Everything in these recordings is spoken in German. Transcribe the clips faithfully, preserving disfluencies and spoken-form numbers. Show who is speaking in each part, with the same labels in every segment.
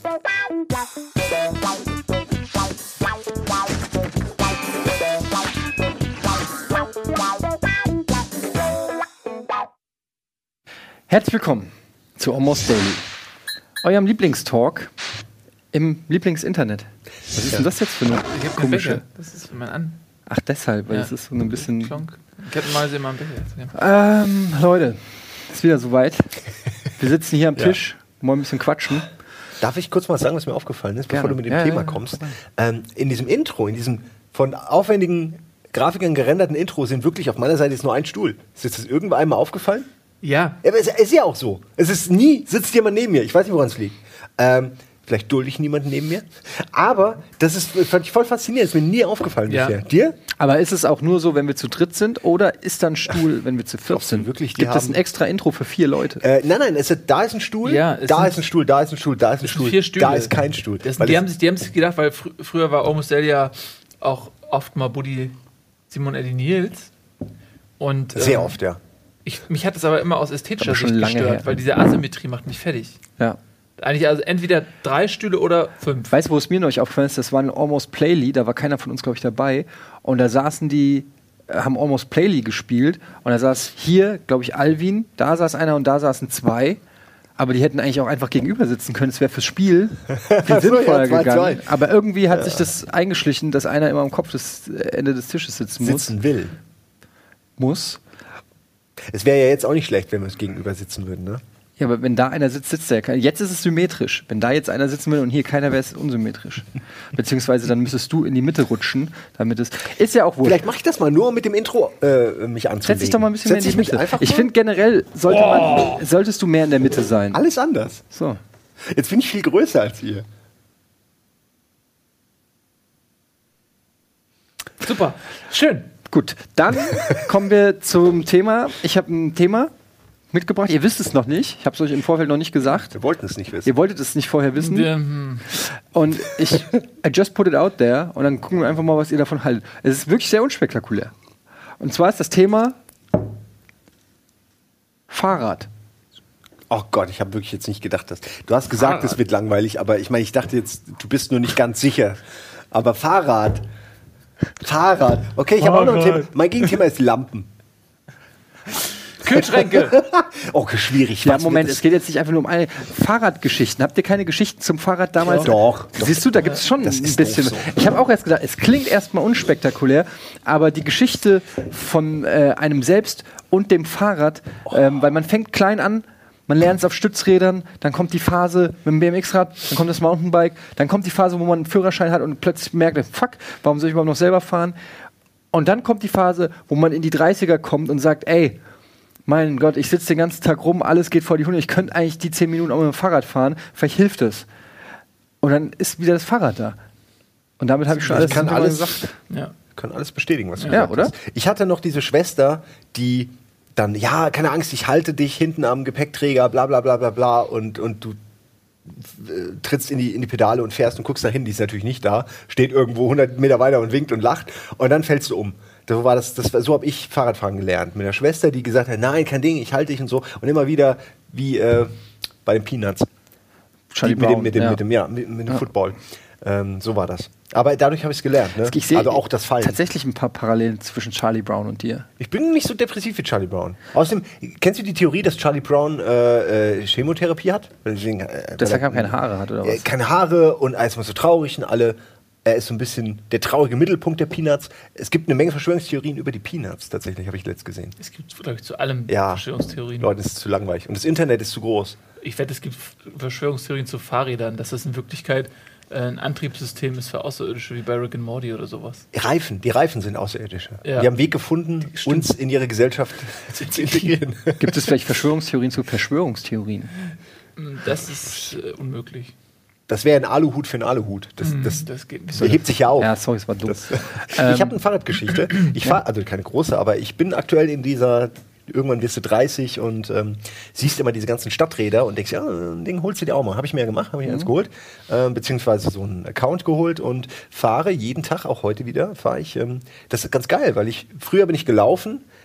Speaker 1: Herzlich willkommen zu Almost Daily, eurem Lieblingstalk im Lieblingsinternet. Was ist denn das jetzt für eine
Speaker 2: ich hab
Speaker 1: komische...
Speaker 2: Das ist für mein An.
Speaker 1: Ach, deshalb, weil
Speaker 2: Ja.
Speaker 1: es ist so ein bisschen...
Speaker 2: Klonk. Ich hab mal immer ein Becher. Ja.
Speaker 1: Ähm, Leute, ist wieder soweit. Wir sitzen hier am Tisch, wollen ein bisschen quatschen.
Speaker 3: Darf ich kurz mal sagen, was mir aufgefallen ist, bevor
Speaker 1: Gerne.
Speaker 3: du mit dem
Speaker 1: Ja,
Speaker 3: Thema
Speaker 1: ja,
Speaker 3: kommst? Ähm, in diesem Intro, in diesem von aufwendigen Grafikern gerenderten Intro sind wirklich auf meiner Seite ist nur ein Stuhl. Ist dir das irgendwann einmal aufgefallen?
Speaker 2: Ja.
Speaker 3: Ja, aber es ist ja auch so. Es ist nie, sitzt jemand neben mir. Ich weiß nicht, woran es liegt. Ähm, vielleicht dulde ich niemanden neben mir. Aber das ist, fand ich voll faszinierend. Ist mir nie aufgefallen
Speaker 2: Ja.
Speaker 3: bisher. Dir?
Speaker 1: Aber ist es auch nur so, wenn wir zu dritt sind, oder ist da ein Stuhl, wenn wir zu viert
Speaker 3: Glaubst du
Speaker 1: sind?
Speaker 3: wirklich, die
Speaker 1: Gibt es
Speaker 3: haben-
Speaker 1: ein extra Intro für vier Leute?
Speaker 3: Äh, nein, nein, es ist, da ist ein Stuhl,
Speaker 2: Ja, es
Speaker 3: da
Speaker 2: sind-
Speaker 3: ist ein Stuhl, da ist ein Stuhl, da ist ein
Speaker 2: Das sind
Speaker 3: Stuhl,
Speaker 2: vier Stühle.
Speaker 3: da ist kein Stuhl.
Speaker 2: Das,
Speaker 3: Weil
Speaker 2: die,
Speaker 3: es-
Speaker 2: haben sich, die haben sich gedacht, weil fr früher war Almost Daily ja auch oft mal Buddy Simon Eddie Nils. Und,
Speaker 3: sehr
Speaker 2: ähm,
Speaker 3: oft, ja.
Speaker 2: Ich, mich hat das aber immer aus ästhetischer
Speaker 1: Aber schon
Speaker 2: Sicht
Speaker 1: lange
Speaker 2: gestört,
Speaker 1: her.
Speaker 2: weil diese Asymmetrie macht mich fertig.
Speaker 1: Ja.
Speaker 2: Eigentlich also entweder drei Stühle oder fünf.
Speaker 1: Weißt du, wo es mir neulich aufgefallen ist? Das war ein Almost Playly, da war keiner von uns, glaube ich, dabei. Und da saßen die, äh, haben Almost Playly gespielt. Und da saß hier, glaube ich, Alvin, da saß einer und da saßen zwei. Aber die hätten eigentlich auch einfach gegenüber sitzen können. Es wäre fürs Spiel viel
Speaker 3: So,
Speaker 1: sinnvoller
Speaker 3: ja, zwei,
Speaker 1: gegangen.
Speaker 3: zwei.
Speaker 1: Aber irgendwie hat sich das eingeschlichen, dass einer immer am Kopf des äh, Ende des Tisches sitzen muss.
Speaker 3: Sitzen will.
Speaker 1: muss.
Speaker 3: Es wäre ja jetzt auch nicht schlecht, wenn wir uns gegenüber sitzen würden, ne?
Speaker 1: Ja, aber wenn da einer sitzt, sitzt der. kein- Jetzt ist es symmetrisch. Wenn da jetzt einer sitzen will und hier keiner, wäre es unsymmetrisch. Beziehungsweise dann müsstest du in die Mitte rutschen, damit es. Ist ja auch wohl.
Speaker 3: Vielleicht mache ich das mal nur, um mit dem Intro äh, mich anzulegen.
Speaker 1: Setz dich doch mal ein bisschen mehr in
Speaker 3: Setz
Speaker 1: die
Speaker 3: ich mich
Speaker 1: Mitte.
Speaker 3: einfach
Speaker 1: Ich
Speaker 3: mal-
Speaker 1: finde generell sollte man, solltest du mehr in der Mitte sein.
Speaker 3: alles anders.
Speaker 1: So.
Speaker 3: Jetzt bin ich viel größer als ihr.
Speaker 2: Super. Schön.
Speaker 1: Gut, dann kommen wir zum Thema. Ich habe ein Thema mitgebracht. Ihr wisst es noch nicht. Ich habe es euch im Vorfeld noch nicht gesagt.
Speaker 3: Wir wollten es nicht wissen.
Speaker 1: Ihr wolltet es nicht vorher wissen.
Speaker 2: Wir, hm,
Speaker 1: Und ich I just put it out there und dann gucken wir einfach mal, was ihr davon haltet. Es ist wirklich sehr unspektakulär. Und zwar ist das Thema Fahrrad.
Speaker 3: Oh Gott, ich habe wirklich jetzt nicht gedacht, dass. Du hast gesagt,
Speaker 2: Fahrrad.
Speaker 3: es wird langweilig, aber ich meine, ich dachte jetzt, du bist nur nicht ganz sicher. Aber Fahrrad. Fahrrad. Okay, ich habe auch noch ein
Speaker 2: Fahrrad.
Speaker 3: Thema. Mein Gegenthema ist Lampen.
Speaker 2: Kühlschränke.
Speaker 3: Okay, schwierig.
Speaker 1: Ja,
Speaker 3: Was
Speaker 1: Moment,
Speaker 3: wird
Speaker 1: es
Speaker 3: das-
Speaker 1: geht jetzt nicht einfach nur um eine Fahrradgeschichten. Habt ihr keine Geschichten zum Fahrrad damals?
Speaker 3: Doch.
Speaker 1: Siehst du, da gibt es schon
Speaker 3: Das
Speaker 1: ein
Speaker 3: ist
Speaker 1: bisschen.
Speaker 3: doof so.
Speaker 1: Ich habe auch erst gedacht, es klingt erstmal unspektakulär, aber die Geschichte von äh, einem selbst und dem Fahrrad, ähm, weil man fängt klein an, man lernt es auf Stützrädern, dann kommt die Phase mit dem B M X-Rad, dann kommt das Mountainbike, dann kommt die Phase, wo man einen Führerschein hat und plötzlich merkt, fuck, warum soll ich überhaupt noch selber fahren? Und dann kommt die Phase, wo man in die dreißiger kommt und sagt, ey, mein Gott, ich sitze den ganzen Tag rum, alles geht vor die Hunde, ich könnte eigentlich die zehn Minuten auch mit dem Fahrrad fahren, vielleicht hilft es. Und dann ist wieder das Fahrrad da. Und damit habe ich schon
Speaker 3: Ich
Speaker 1: alles
Speaker 3: kann
Speaker 1: drüber
Speaker 3: alles-
Speaker 1: gesagt.
Speaker 2: Ja.
Speaker 3: kann alles bestätigen, was du
Speaker 1: Ja,
Speaker 3: gesagt
Speaker 1: oder?
Speaker 3: hast. Ich hatte noch diese Schwester, die dann, ja, keine Angst, ich halte dich hinten am Gepäckträger, bla bla bla bla bla und, und du äh, trittst in die, in die Pedale und fährst und guckst dahin, die ist natürlich nicht da, steht irgendwo hundert Meter weiter und winkt und lacht und dann fällst du um. So war das, das war, so habe ich Fahrradfahren gelernt. Mit der Schwester, die gesagt hat, nein, kein Ding, ich halte dich und so. Und immer wieder wie äh, bei den Peanuts.
Speaker 1: Charlie
Speaker 3: Die, mit,
Speaker 1: Brown,
Speaker 3: dem, mit dem,
Speaker 1: ja.
Speaker 3: mit dem, ja, mit, mit dem
Speaker 1: Ja.
Speaker 3: Football. Ähm, so war das. Aber dadurch habe ich es gelernt. Ne?
Speaker 1: Ich sehe
Speaker 3: Also auch das Fallen.
Speaker 1: tatsächlich ein paar Parallelen zwischen Charlie Brown und dir.
Speaker 3: Ich bin nicht so depressiv wie Charlie Brown. Außerdem, kennst du die Theorie, dass Charlie Brown äh, äh, Chemotherapie hat? Deswegen, äh,
Speaker 1: Dass
Speaker 3: weil
Speaker 1: er keine Haare hat, oder
Speaker 3: Äh,
Speaker 1: was?
Speaker 3: keine Haare und er ist immer so traurig und alle. Er ist so ein bisschen der traurige Mittelpunkt der Peanuts. Es gibt eine Menge Verschwörungstheorien über die Peanuts, tatsächlich, habe ich letzt gesehen.
Speaker 2: Es gibt, glaube ich, zu allem
Speaker 3: Ja,
Speaker 2: Verschwörungstheorien.
Speaker 3: Leute, es ist zu langweilig. Und das Internet ist zu groß.
Speaker 2: Ich wette, es gibt Verschwörungstheorien zu Fahrrädern, dass das in Wirklichkeit äh, ein Antriebssystem ist für Außerirdische, wie bei Rick and Morty oder sowas.
Speaker 3: Die Reifen, die Reifen sind Außerirdische.
Speaker 2: Ja.
Speaker 3: Die haben einen Weg gefunden,
Speaker 2: Stimmt.
Speaker 3: uns in ihre Gesellschaft zu integrieren.
Speaker 1: Gibt es vielleicht Verschwörungstheorien zu Verschwörungstheorien?
Speaker 2: Das ist äh, unmöglich.
Speaker 3: Das wäre ein Aluhut für einen Aluhut. Das, das,
Speaker 2: Das geht nicht.
Speaker 3: der hebt sich ja auf.
Speaker 1: Ja, sorry, es war dumm.
Speaker 3: Das,
Speaker 1: Ähm,
Speaker 3: ich habe eine Fahrradgeschichte. Ich fahre, also keine große, aber ich bin aktuell in dieser, irgendwann wirst du dreißig und ähm, siehst immer diese ganzen Stadträder und denkst, ja, ein Ding holst du dir auch mal. Habe ich mir gemacht, habe ich mir
Speaker 1: Mhm.
Speaker 3: eins geholt, ähm, beziehungsweise so einen Account geholt und fahre jeden Tag, auch heute wieder, fahre ich. Ähm, das ist ganz geil, weil ich, früher bin ich gelaufen,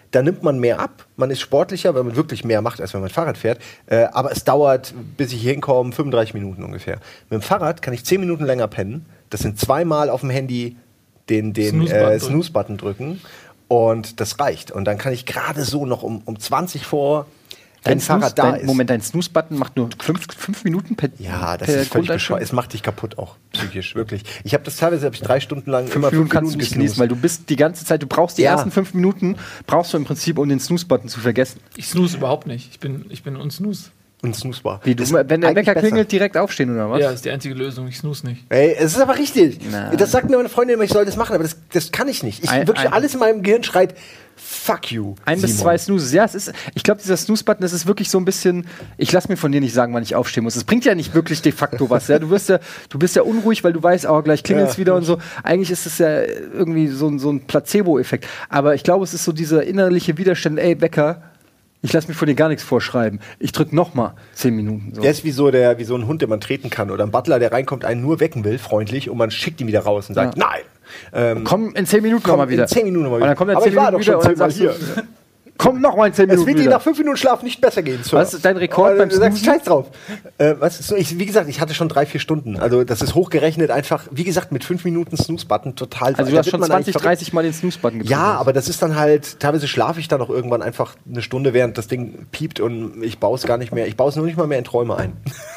Speaker 3: Da nimmt man mehr ab, man ist sportlicher, weil man wirklich mehr macht, als wenn man Fahrrad fährt. Äh, aber es dauert, bis ich hier hinkomme, fünfunddreißig Minuten ungefähr. Mit dem Fahrrad kann ich zehn Minuten länger pennen. Das sind zweimal auf dem Handy den, den
Speaker 2: Snooze-Button
Speaker 3: äh, Snooze-Button drücken. Und das reicht. Und dann kann ich gerade so noch um, um zwanzig vor, wenn
Speaker 1: Dein
Speaker 3: Fahrrad
Speaker 1: Snooze,
Speaker 3: da
Speaker 1: dein,
Speaker 3: ist.
Speaker 1: Moment, dein Snooze-Button macht nur fünf, fünf Minuten per
Speaker 3: Ja, das
Speaker 1: per
Speaker 3: ist völlig
Speaker 1: Grundeinstellung?
Speaker 3: bescheuert. Es macht dich kaputt auch, psychisch, wirklich. Ich habe das teilweise hab ich drei Stunden lang
Speaker 1: Fünf
Speaker 3: immer
Speaker 1: Minuten kannst du nicht genießen, weil du bist die ganze Zeit, du brauchst die
Speaker 3: Ja.
Speaker 1: ersten fünf Minuten, brauchst du im Prinzip, um den Snooze-Button zu vergessen.
Speaker 2: Ich snooze überhaupt nicht. Ich bin, ich bin unsnooze.
Speaker 3: Und snoozebar.
Speaker 1: Wie, du,
Speaker 3: Das ist
Speaker 1: wenn der
Speaker 3: eigentlich
Speaker 1: Wecker
Speaker 3: besser.
Speaker 1: klingelt, direkt aufstehen, oder was?
Speaker 2: Ja, ist die einzige Lösung. Ich snooze nicht.
Speaker 3: Ey, es ist aber richtig.
Speaker 1: Na.
Speaker 3: Das sagt mir meine Freundin immer, ich soll das machen, aber das, das kann ich nicht. Ich,
Speaker 1: Ein-
Speaker 3: wirklich
Speaker 1: ein-
Speaker 3: alles in meinem Gehirn schreit, fuck you.
Speaker 1: Ein bis
Speaker 3: Simon.
Speaker 1: zwei Snoozes. Ja, es ist, ich glaube, dieser Snooze-Button, das ist wirklich so ein bisschen, ich lass mir von dir nicht sagen, wann ich aufstehen muss. Es bringt ja nicht wirklich de facto was. Ja? Du, wirst ja, du bist ja unruhig, weil du weißt, oh, gleich klingelt es
Speaker 3: Ja.
Speaker 1: wieder und so. Eigentlich ist es ja irgendwie so, ein- so ein Placebo-Effekt. Aber ich glaube, es ist so dieser innerliche Widerstand, ey, Wecker, ich lass mir von dir gar nichts vorschreiben. Ich drück noch mal zehn Minuten. So.
Speaker 3: Der ist wie so, der, wie so ein Hund, den man treten kann. Oder ein Butler, der reinkommt, einen nur wecken will, freundlich, und man schickt ihn wieder raus und sagt,
Speaker 1: Ja.
Speaker 3: nein. Ähm,
Speaker 1: Komm in zehn Minuten
Speaker 3: komm,
Speaker 1: noch mal wieder.
Speaker 3: in zehn Minuten noch mal
Speaker 1: Und
Speaker 3: wieder.
Speaker 1: dann kommt er
Speaker 3: Aber
Speaker 1: zehn
Speaker 3: ich war
Speaker 1: Minuten
Speaker 3: doch schon
Speaker 1: wieder und dann
Speaker 3: zehnmal
Speaker 1: sagst
Speaker 3: hier.
Speaker 1: du, komm noch mal in zehn
Speaker 3: Es
Speaker 1: Minuten
Speaker 3: wird dir
Speaker 1: wieder.
Speaker 3: nach fünf Minuten Schlaf nicht besser gehen, Sir.
Speaker 1: Was ist dein Rekord
Speaker 3: Aber
Speaker 1: beim
Speaker 3: du sagst,
Speaker 1: Snoozen?
Speaker 3: scheiß drauf. Äh, was ist so, ich, wie gesagt, ich hatte schon drei, vier Stunden. Also das ist hochgerechnet einfach, wie gesagt, mit fünf Minuten Snooze-Button total.
Speaker 1: Also
Speaker 3: da
Speaker 1: du hast
Speaker 3: wird
Speaker 1: schon
Speaker 3: man
Speaker 1: zwanzig,
Speaker 3: eigentlich verrückt.
Speaker 1: dreißig Mal den Snooze-Button gedrückt.
Speaker 3: Ja, aber das ist dann halt, teilweise schlafe ich dann auch irgendwann einfach eine Stunde, während das Ding piept, und ich baue es gar nicht mehr, ich baue es nur nicht mal mehr in Träume ein.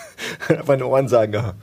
Speaker 3: Meine Ohren sagen, ja.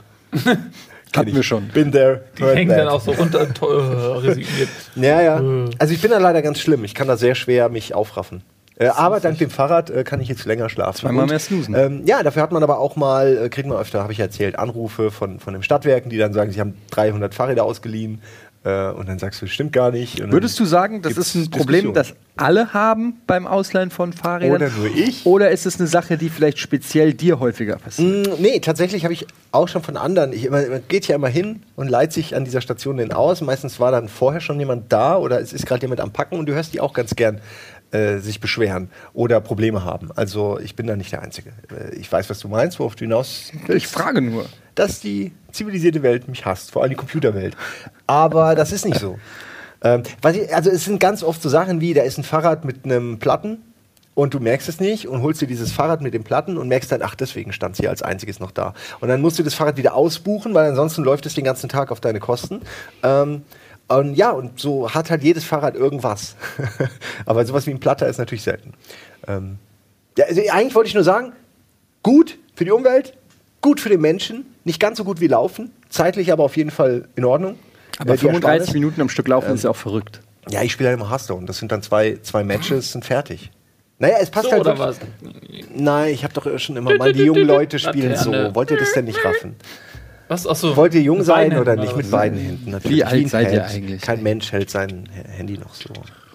Speaker 1: Hatten wir schon.
Speaker 3: Bin there,
Speaker 2: Die
Speaker 3: heard
Speaker 2: hängen
Speaker 3: that.
Speaker 2: dann auch so runter und äh, resigniert.
Speaker 3: Ja, ja.
Speaker 2: Äh.
Speaker 3: Also ich bin da leider ganz schlimm. Ich kann da sehr schwer mich aufraffen. Äh, aber dank dem Fahrrad äh, kann ich jetzt länger schlafen.
Speaker 1: Zweimal
Speaker 3: Und,
Speaker 1: mehr snoozen.
Speaker 3: Ähm, ja, dafür hat man aber auch mal, äh, kriegt man öfter, habe ich ja erzählt, Anrufe von, von den Stadtwerken, die dann sagen, sie haben dreihundert Fahrräder ausgeliehen. Äh, und dann sagst du, das stimmt gar nicht. Und
Speaker 1: Würdest du sagen, das
Speaker 3: gibt's
Speaker 1: ist ein Problem,
Speaker 3: Diskussionen.
Speaker 1: das alle haben beim Ausleihen von Fahrrädern?
Speaker 3: Oder nur ich?
Speaker 1: Oder ist es eine Sache, die vielleicht speziell dir häufiger passiert?
Speaker 3: Mm, nee, tatsächlich habe ich auch schon von anderen. Ich, man, man geht ja immer hin und leiht sich an dieser Station den aus. Meistens war dann vorher schon jemand da oder es ist gerade jemand am Packen, und du hörst die auch ganz gern äh, sich beschweren oder Probleme haben. Also ich bin da nicht der Einzige. Äh, ich weiß, was du meinst, worauf du hinaus
Speaker 1: Ich frage nur.
Speaker 3: dass die zivilisierte Welt mich hasst, vor allem die Computerwelt. Aber das ist nicht so. Ähm, was ich, also es sind ganz oft so Sachen wie, da ist ein Fahrrad mit einem Platten und du merkst es nicht und holst dir dieses Fahrrad mit dem Platten und merkst dann, ach, deswegen stand es hier als einziges noch da. Und dann musst du das Fahrrad wieder ausbuchen, weil ansonsten läuft es den ganzen Tag auf deine Kosten. Ähm, und ja, und so hat halt jedes Fahrrad irgendwas. Aber sowas wie ein Platter ist natürlich selten. Ähm, ja, also eigentlich wollte ich nur sagen, gut für die Umwelt, gut für den Menschen, nicht ganz so gut wie Laufen, zeitlich aber auf jeden Fall in Ordnung.
Speaker 1: Aber
Speaker 3: Äh, die
Speaker 1: fünfunddreißig
Speaker 3: Ersparnis-
Speaker 1: Minuten am Stück laufen ist ja auch verrückt.
Speaker 3: Ja, ich spiele halt immer Hearthstone. Das sind dann zwei, zwei Matches, sind fertig. Naja, es passt
Speaker 2: So,
Speaker 3: halt
Speaker 2: oder
Speaker 3: wirklich-
Speaker 2: was?
Speaker 3: Nein, ich habe doch schon immer mal, die jungen Leute spielen so.
Speaker 2: Laterne.
Speaker 3: Wollt ihr das denn nicht raffen?
Speaker 2: Was? Achso.
Speaker 3: Wollt ihr jung
Speaker 2: Mit
Speaker 3: sein
Speaker 2: beiden
Speaker 3: oder
Speaker 2: Händen
Speaker 3: nicht? Mit
Speaker 2: was?
Speaker 3: beiden Händen natürlich.
Speaker 1: Wie alt
Speaker 3: ein
Speaker 1: seid ihr
Speaker 3: Pad.
Speaker 1: eigentlich?
Speaker 3: Kein Mensch hält sein Handy noch so.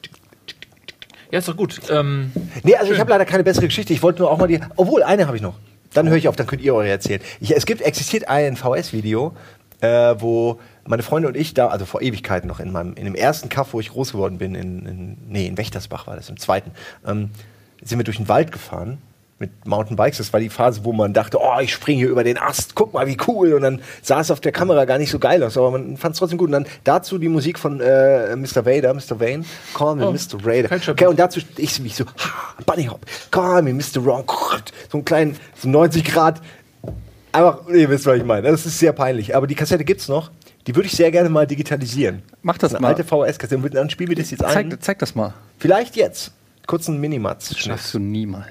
Speaker 2: Ja, ist doch gut. Ähm,
Speaker 3: Nee, also ich
Speaker 2: Schön.
Speaker 3: habe leider keine bessere Geschichte. Ich wollte nur auch mal die. Obwohl, eine habe ich noch. Dann höre ich auf, dann könnt ihr eure erzählen. Ich, es gibt, existiert ein V S-Video, äh, wo meine Freunde und ich da, also vor Ewigkeiten noch, in meinem, in dem ersten Kaff, wo ich groß geworden bin, in, in, nee, in Wächtersbach war das, im zweiten, ähm, sind wir durch den Wald gefahren mit Mountainbikes. Das war die Phase, wo man dachte, oh, ich springe hier über den Ast, guck mal, wie cool. Und dann sah es auf der Kamera gar nicht so geil aus, aber man fand es trotzdem gut. Und dann dazu die Musik von äh, Mister Vader, Mister Vane, Call me
Speaker 2: Oh,
Speaker 3: Mister Vader.
Speaker 2: kein Schatten.
Speaker 3: Okay, und dazu ich mich so, ha, Bunny Hop, Call me Mister Wrong. So einen kleinen, so neunzig Grad. Einfach, ihr wisst, was ich meine. Das ist sehr peinlich. Aber die Kassette gibt's noch. Die würde ich sehr gerne mal digitalisieren.
Speaker 1: Mach das
Speaker 3: Eine
Speaker 1: mal.
Speaker 3: alte V S-Kassette. Und dann spielen wir das jetzt ein.
Speaker 1: Zeig, zeig das mal.
Speaker 3: Vielleicht jetzt. Kurzen Minimatz.
Speaker 1: Schaffst du niemals.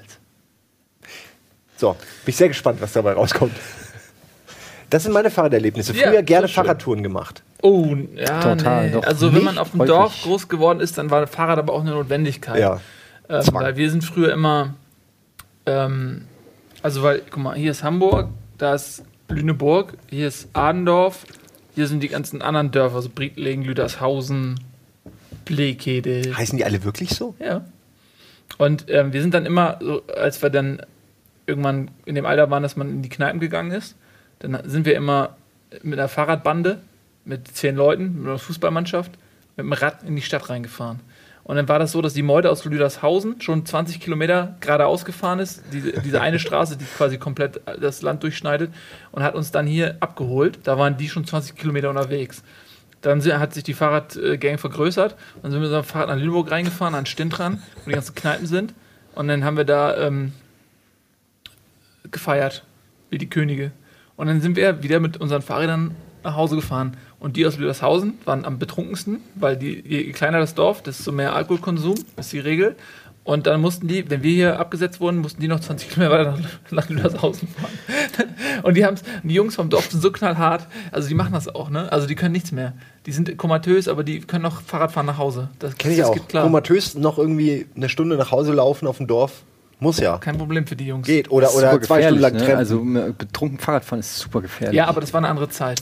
Speaker 3: So, bin ich sehr gespannt, was dabei rauskommt. Das sind meine Fahrraderlebnisse.
Speaker 2: Ja,
Speaker 3: Früher gerne
Speaker 2: so schön.
Speaker 3: Fahrradtouren gemacht.
Speaker 2: Oh, ja,
Speaker 1: Total,
Speaker 2: nee.
Speaker 1: doch
Speaker 2: Also wenn
Speaker 3: nicht
Speaker 2: man auf dem
Speaker 1: häufig.
Speaker 2: Dorf groß geworden ist, dann war Fahrrad aber auch eine Notwendigkeit.
Speaker 3: Ja.
Speaker 2: Ähm,
Speaker 3: Zwang.
Speaker 2: weil wir sind früher immer, ähm, also weil, guck mal, hier ist Hamburg, da ist Lüneburg, hier ist Adendorf, hier sind die ganzen anderen Dörfer, also Briedlingen, Lüdershausen, Blekede.
Speaker 3: Heißen die alle wirklich so?
Speaker 2: Ja. Und ähm, wir sind dann immer, so, als wir dann irgendwann in dem Alter waren, dass man in die Kneipen gegangen ist, dann sind wir immer mit einer Fahrradbande, mit zehn Leuten, mit einer Fußballmannschaft, mit dem Rad in die Stadt reingefahren. Und dann war das so, dass die Meute aus Lüdershausen schon zwanzig Kilometer geradeaus gefahren ist, diese, diese eine Straße, die quasi komplett das Land durchschneidet, und hat uns dann hier abgeholt. Da waren die schon zwanzig Kilometer unterwegs. Dann sind, hat sich die Fahrradgang vergrößert. Dann sind wir mit unserem Fahrrad nach Lüneburg reingefahren, an Stintran, wo die ganzen Kneipen sind. Und dann haben wir da ähm, gefeiert, wie die Könige. Und dann sind wir wieder mit unseren Fahrrädern nach Hause gefahren. Und die aus Wildershausen waren am betrunkensten, weil die, je kleiner das Dorf, desto mehr Alkoholkonsum, ist die Regel. Und dann mussten die, wenn wir hier abgesetzt wurden, mussten die noch zwanzig Kilometer weiter nach, nach Lüdershausen fahren. Und die haben's, die Jungs vom Dorf sind so knallhart, also die machen das auch, ne? Also die können nichts mehr. Die sind komatös, aber die können noch Fahrrad fahren nach Hause. Das
Speaker 3: Kenn ich
Speaker 2: das
Speaker 3: auch.
Speaker 2: geht klar.
Speaker 3: Komatös noch irgendwie eine Stunde nach Hause laufen auf dem Dorf. Muss ja.
Speaker 2: Kein Problem für die Jungs.
Speaker 3: Geht. Oder,
Speaker 1: Super
Speaker 3: oder zwei Stunden lang
Speaker 1: ne?
Speaker 3: treffen.
Speaker 1: Also betrunken Fahrradfahren ist super gefährlich.
Speaker 2: Ja, aber das war eine andere Zeit.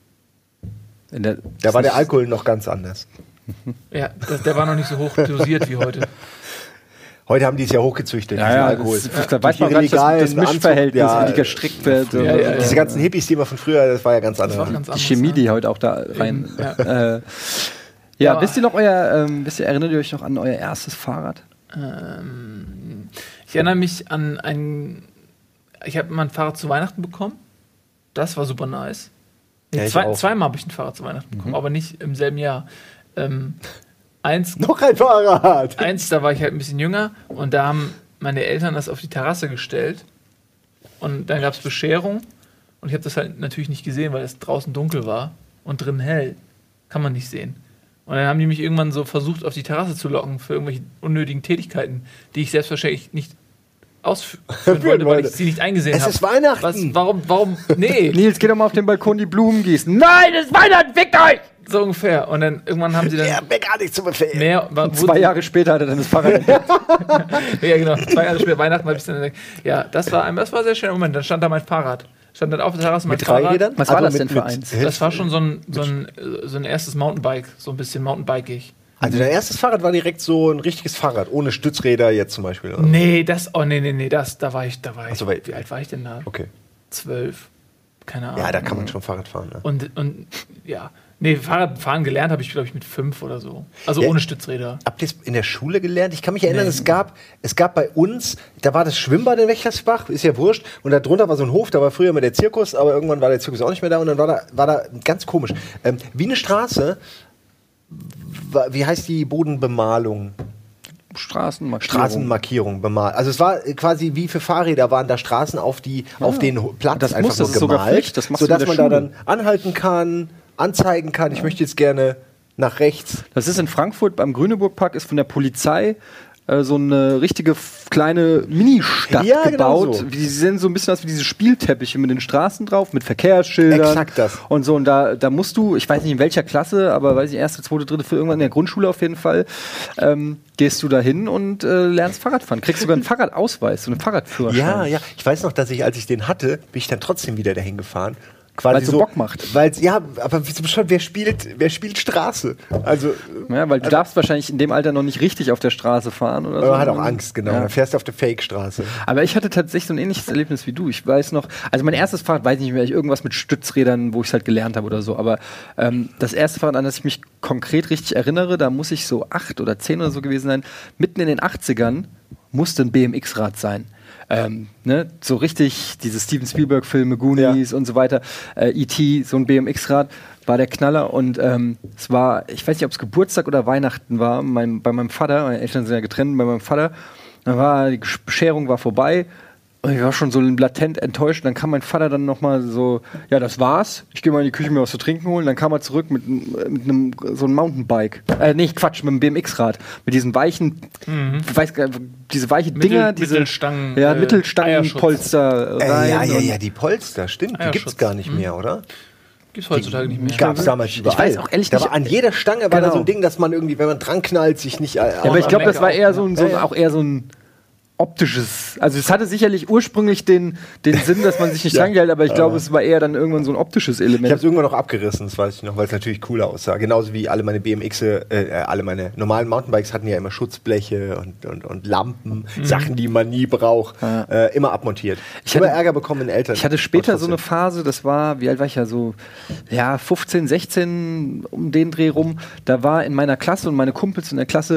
Speaker 1: In der,
Speaker 3: Da war der Alkohol noch ganz anders.
Speaker 2: Ja, das, der war noch nicht so hoch dosiert wie heute.
Speaker 3: Heute haben die es ja hochgezüchtet,
Speaker 1: Ja,
Speaker 3: diesen
Speaker 1: ja,
Speaker 3: Alkohol.
Speaker 1: das, das, da weiß man gar nicht, das, das Mischverhältnis,
Speaker 3: Anzug, ja,
Speaker 1: wie die gestrickt wird.
Speaker 2: Ja, ja, ja.
Speaker 3: Diese ganzen Hippies, die immer von früher, das war ja ganz
Speaker 2: Das war
Speaker 3: anders.
Speaker 2: ganz
Speaker 1: Die
Speaker 2: anders,
Speaker 1: Chemie,
Speaker 2: ne?
Speaker 1: die heute auch da rein.
Speaker 2: Ja.
Speaker 1: Äh, ja,
Speaker 2: Ja.
Speaker 1: wisst ihr noch euer, ähm, wisst ihr, erinnert ihr euch noch an euer erstes Fahrrad?
Speaker 2: Ähm, ich erinnere mich an ein. Ich habe mal ein Fahrrad zu Weihnachten bekommen. Das war super nice. Nee,
Speaker 3: Ja, ich
Speaker 2: zwei,
Speaker 3: auch.
Speaker 2: zweimal habe ich ein Fahrrad zu Weihnachten bekommen, aber nicht im selben Jahr. Ähm, eins,
Speaker 3: Noch ein Fahrrad!
Speaker 2: eins, da war ich halt ein bisschen jünger und da haben meine Eltern das auf die Terrasse gestellt. Und dann gab es Bescherung. Und ich habe das halt natürlich nicht gesehen, weil es draußen dunkel war und drin hell. Kann man nicht sehen. Und dann haben die mich irgendwann so versucht, auf die Terrasse zu locken für irgendwelche unnötigen Tätigkeiten, die ich selbstverständlich nicht ausführen wollte, weil ich sie nicht eingesehen
Speaker 3: Es
Speaker 2: habe.
Speaker 3: ist Weihnachten!
Speaker 2: Was, warum, warum, nee,
Speaker 1: Nils, geh doch mal auf den Balkon die Blumen gießen. Nein, es ist Weihnachten, fickt euch!
Speaker 2: so ungefähr. Und dann irgendwann haben sie dann
Speaker 3: Ja, mir gar nicht zu befehlen.
Speaker 2: mehr... War,
Speaker 1: Zwei Jahre später hat er dann das Fahrrad entdeckt.
Speaker 2: Ja, genau. Zwei Jahre später Weihnachten habe ich dann entdeckt. Ja, das war ein, das war ein sehr schöner Moment. Dann stand da mein Fahrrad. Stand dann auf der Terrasse mein
Speaker 3: Mit drei
Speaker 2: Fahrrad.
Speaker 3: Rädern?
Speaker 1: Was war
Speaker 3: Also
Speaker 1: das
Speaker 3: mit-
Speaker 1: denn für
Speaker 3: mit-
Speaker 1: eins?
Speaker 2: Das war schon so ein, so ein, äh, so ein erstes Mountainbike. So ein bisschen Mountainbikeig.
Speaker 3: Also dein erstes Fahrrad war direkt so ein richtiges Fahrrad, ohne Stützräder jetzt zum Beispiel. Oder?
Speaker 2: Nee, das, oh nee, nee, nee, das, da war ich, da war ich,
Speaker 3: Ach so, weil-
Speaker 2: wie alt war ich denn da?
Speaker 3: Okay.
Speaker 2: Zwölf. Keine Ahnung.
Speaker 3: Ja, da kann man schon Fahrrad fahren. Ne?
Speaker 2: Und, und, ja. Nee, Fahrradfahren gelernt habe ich, glaube ich, mit fünf oder so. Also
Speaker 3: Ja.
Speaker 2: ohne Stützräder.
Speaker 3: Habt ihr es in der Schule gelernt? Ich kann mich erinnern,
Speaker 2: Nee.
Speaker 3: es gab, es gab bei uns, da war das Schwimmbad in Wächtersbach, ist ja wurscht, und da drunter war so ein Hof, da war früher immer der Zirkus, aber irgendwann war der Zirkus auch nicht mehr da und dann war da, war da ganz komisch. Ähm, wie eine Straße, wa- wie heißt die Bodenbemalung?
Speaker 1: Straßenmarkierung.
Speaker 3: Straßenmarkierung bemalt. Also es war quasi wie für Fahrräder waren da Straßen auf die auf den Ho- Platz
Speaker 1: Das
Speaker 3: einfach
Speaker 1: muss-
Speaker 3: nur
Speaker 1: das ist sogar
Speaker 3: gemalt,
Speaker 1: Pflicht, das machst du in
Speaker 3: sodass
Speaker 1: der
Speaker 3: man da
Speaker 1: Schule.
Speaker 3: dann anhalten kann, anzeigen kann. Ich möchte jetzt gerne nach rechts.
Speaker 1: Das ist in Frankfurt beim Grüneburg-Park, ist von der Polizei äh, so eine richtige f- kleine Mini-Stadt
Speaker 3: Ja, genau
Speaker 1: gebaut.
Speaker 3: so.
Speaker 1: Die sehen so ein bisschen aus wie diese Spielteppiche mit den Straßen drauf, mit Verkehrsschildern.
Speaker 3: Exakt das.
Speaker 1: Und so, und da, da musst du, ich weiß nicht in welcher Klasse, aber weiß ich, erste, zweite, dritte, für irgendwann in der Grundschule auf jeden Fall, ähm, gehst du da hin und äh, lernst Fahrradfahren. Kriegst sogar einen Fahrradausweis, so einen Fahrradführerschein.
Speaker 3: Ja, ja. Ich weiß noch, dass ich, als ich den hatte, bin ich dann trotzdem wieder dahin gefahren. Quasi
Speaker 1: Weil's so Bock macht.
Speaker 3: Weil's, ja, aber wieso schon, wer spielt, wer spielt Straße? Also,
Speaker 1: Ja, weil du darfst wahrscheinlich in dem Alter noch nicht richtig auf der Straße fahren oder so.
Speaker 3: man hat auch Angst, genau.
Speaker 1: Ja.
Speaker 3: Dann fährst du auf der Fake-Straße.
Speaker 1: Aber ich hatte tatsächlich so ein ähnliches Erlebnis wie du. Ich weiß noch, also mein erstes Fahrrad, weiß ich nicht mehr, irgendwas mit Stützrädern, wo ich es halt gelernt habe oder so. Aber ähm, das erste Fahrrad, an das ich mich konkret richtig erinnere, da muss ich so acht oder zehn oder so gewesen sein. Mitten in den achtzigern musste ein B M X-Rad sein. Ähm, ne? So richtig diese Steven Spielberg-Filme, Goonies und so weiter, äh, E T, so ein B M X-Rad war der Knaller und ähm, es war, ich weiß nicht, ob es Geburtstag oder Weihnachten war, mein, bei meinem Vater, meine Eltern sind ja getrennt, bei meinem Vater, dann war die Bescherung war vorbei und ich war schon so latent enttäuscht. Dann kam mein Vater dann nochmal so, ja, das war's. Ich gehe mal in die Küche mir was zu trinken holen. Dann kam er zurück mit, mit einem so einem Mountainbike. Äh, nee, Quatsch, mit einem B M X-Rad. Mit diesen weichen, ich weiß gar nicht, diese weiche
Speaker 2: Mittel-
Speaker 1: Dinger, diese
Speaker 2: Mittelstangen,
Speaker 1: ja,
Speaker 2: äh,
Speaker 1: Mittelstangenpolster
Speaker 3: Äh,
Speaker 1: rein.
Speaker 3: ja, ja,
Speaker 1: und-
Speaker 3: ja, die Polster, stimmt. Die
Speaker 2: Eierschutz.
Speaker 3: gibt's gar nicht mehr, oder?
Speaker 2: Gibt's heutzutage nicht mehr.
Speaker 3: Die gab's damals überall.
Speaker 1: weiß auch ehrlich
Speaker 3: da
Speaker 1: nicht-
Speaker 3: war an jeder Stange war da
Speaker 1: Genau.
Speaker 3: so ein Ding, dass man irgendwie, wenn man dran knallt, sich nicht. Äh,
Speaker 1: Ja, aber ich glaube, das war eher so ein, so ein,
Speaker 3: Ja, ja.
Speaker 1: auch eher so ein optisches. Also es hatte sicherlich ursprünglich den, den Sinn, dass man sich nicht
Speaker 3: Ja.
Speaker 1: dran hält, aber ich glaube, es war eher dann irgendwann so ein optisches
Speaker 3: Ich habe
Speaker 1: Element.
Speaker 3: es irgendwann noch abgerissen, das weiß ich noch, weil es natürlich cooler aussah. Genauso wie alle meine B M X, äh, alle meine normalen Mountainbikes hatten ja immer Schutzbleche und, und, und Lampen, Sachen, die man nie braucht, äh, immer abmontiert. Ich
Speaker 1: hatte-
Speaker 3: habe Ärger bekommen in Eltern.
Speaker 1: Ich hatte später
Speaker 3: Aber
Speaker 1: so eine
Speaker 3: trotzdem.
Speaker 1: Phase, das war, wie alt war ich ja, so ja, fünfzehn, sechzehn um den Dreh rum. Da war in meiner Klasse und meine Kumpels in der Klasse,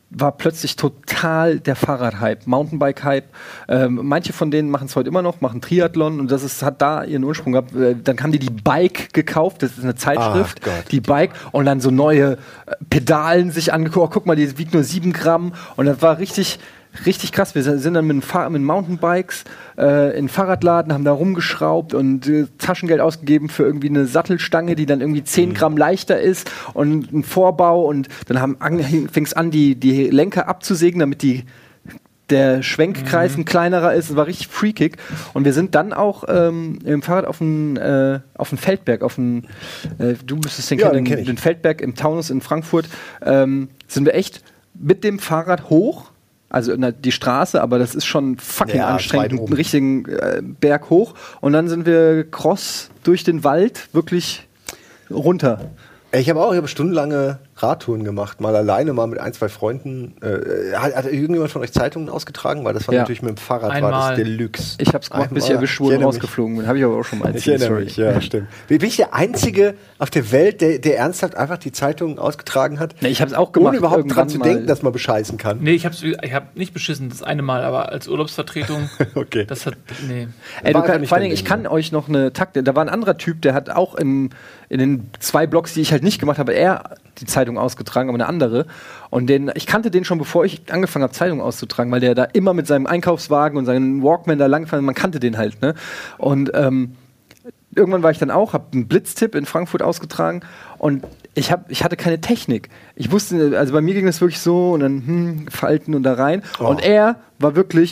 Speaker 1: war plötzlich total der Fahrradhype, Mountainbike-Hype. Ähm, manche von denen machen es heute immer noch, machen Triathlon und das ist, hat da ihren Ursprung gehabt. Äh, dann haben die die Bike gekauft, das ist eine Zeitschrift,
Speaker 3: Ach Gott.
Speaker 1: die Bike und dann so neue äh, Pedalen sich angeguckt. Oh, guck mal, die wiegt nur sieben Gramm und das war richtig, richtig krass. Wir sind dann mit, dem Fahr- mit Mountainbikes äh, in den Fahrradladen, haben da rumgeschraubt und äh, Taschengeld ausgegeben für irgendwie eine Sattelstange, die dann irgendwie zehn Gramm leichter ist und ein Vorbau und dann haben fing es an, die, die Lenker abzusägen, damit die der Schwenkkreis mhm. ein kleinerer ist. Es war richtig freakig. Und wir sind dann auch ähm, im Fahrrad auf den äh, auf den Feldberg, auf den, äh, du müsstest den
Speaker 3: ja,
Speaker 1: kennen,
Speaker 3: den,
Speaker 1: den, den Feldberg im Taunus in Frankfurt, ähm, sind wir echt mit dem Fahrrad hoch. Also na, die Straße, aber das ist schon fucking
Speaker 3: ja,
Speaker 1: anstrengend, einen richtigen äh, Berg hoch. Und dann sind wir cross durch den Wald, wirklich runter.
Speaker 3: Ich habe auch, ich habe stundenlange Radtouren gemacht, mal alleine, mal mit ein, zwei Freunden. Äh, hat, hat irgendjemand von euch Zeitungen ausgetragen? Weil das war
Speaker 1: ja.
Speaker 3: natürlich mit dem Fahrrad
Speaker 2: Einmal.
Speaker 3: war das Deluxe.
Speaker 1: Ich habe es gemacht, bis ich erwischt wurde und rausgeflogen bin. Habe ich aber auch schon mal
Speaker 3: erzählt. Ich erinnere mich, ja, stimmt. Bin ich der Einzige auf der Welt, der, der ernsthaft einfach die Zeitungen ausgetragen hat?
Speaker 1: Nee, ich habe es auch gemacht.
Speaker 3: Ohne überhaupt dran zu denken, dass man bescheißen kann.
Speaker 2: Nee, ich habe ich hab nicht beschissen, das eine Mal, aber als Urlaubsvertretung,
Speaker 3: okay.
Speaker 2: das hat, nee.
Speaker 1: Ey, du kann, vor allen Dingen, ich kann euch noch eine Taktik, da war ein anderer Typ, der hat auch im, in den zwei Blogs, die ich halt nicht gemacht habe, er die Zeitung ausgetragen, aber eine andere. Und den, ich kannte den schon, bevor ich angefangen habe, Zeitung auszutragen, weil der da immer mit seinem Einkaufswagen und seinem Walkman da langgefahren, man kannte den halt, ne? Und ähm, irgendwann war ich dann auch, habe einen Blitztipp in Frankfurt ausgetragen und ich, hab, ich hatte keine Technik. Ich wusste, also bei mir ging das wirklich so und dann hm, falten und da rein. Oh. Und er war wirklich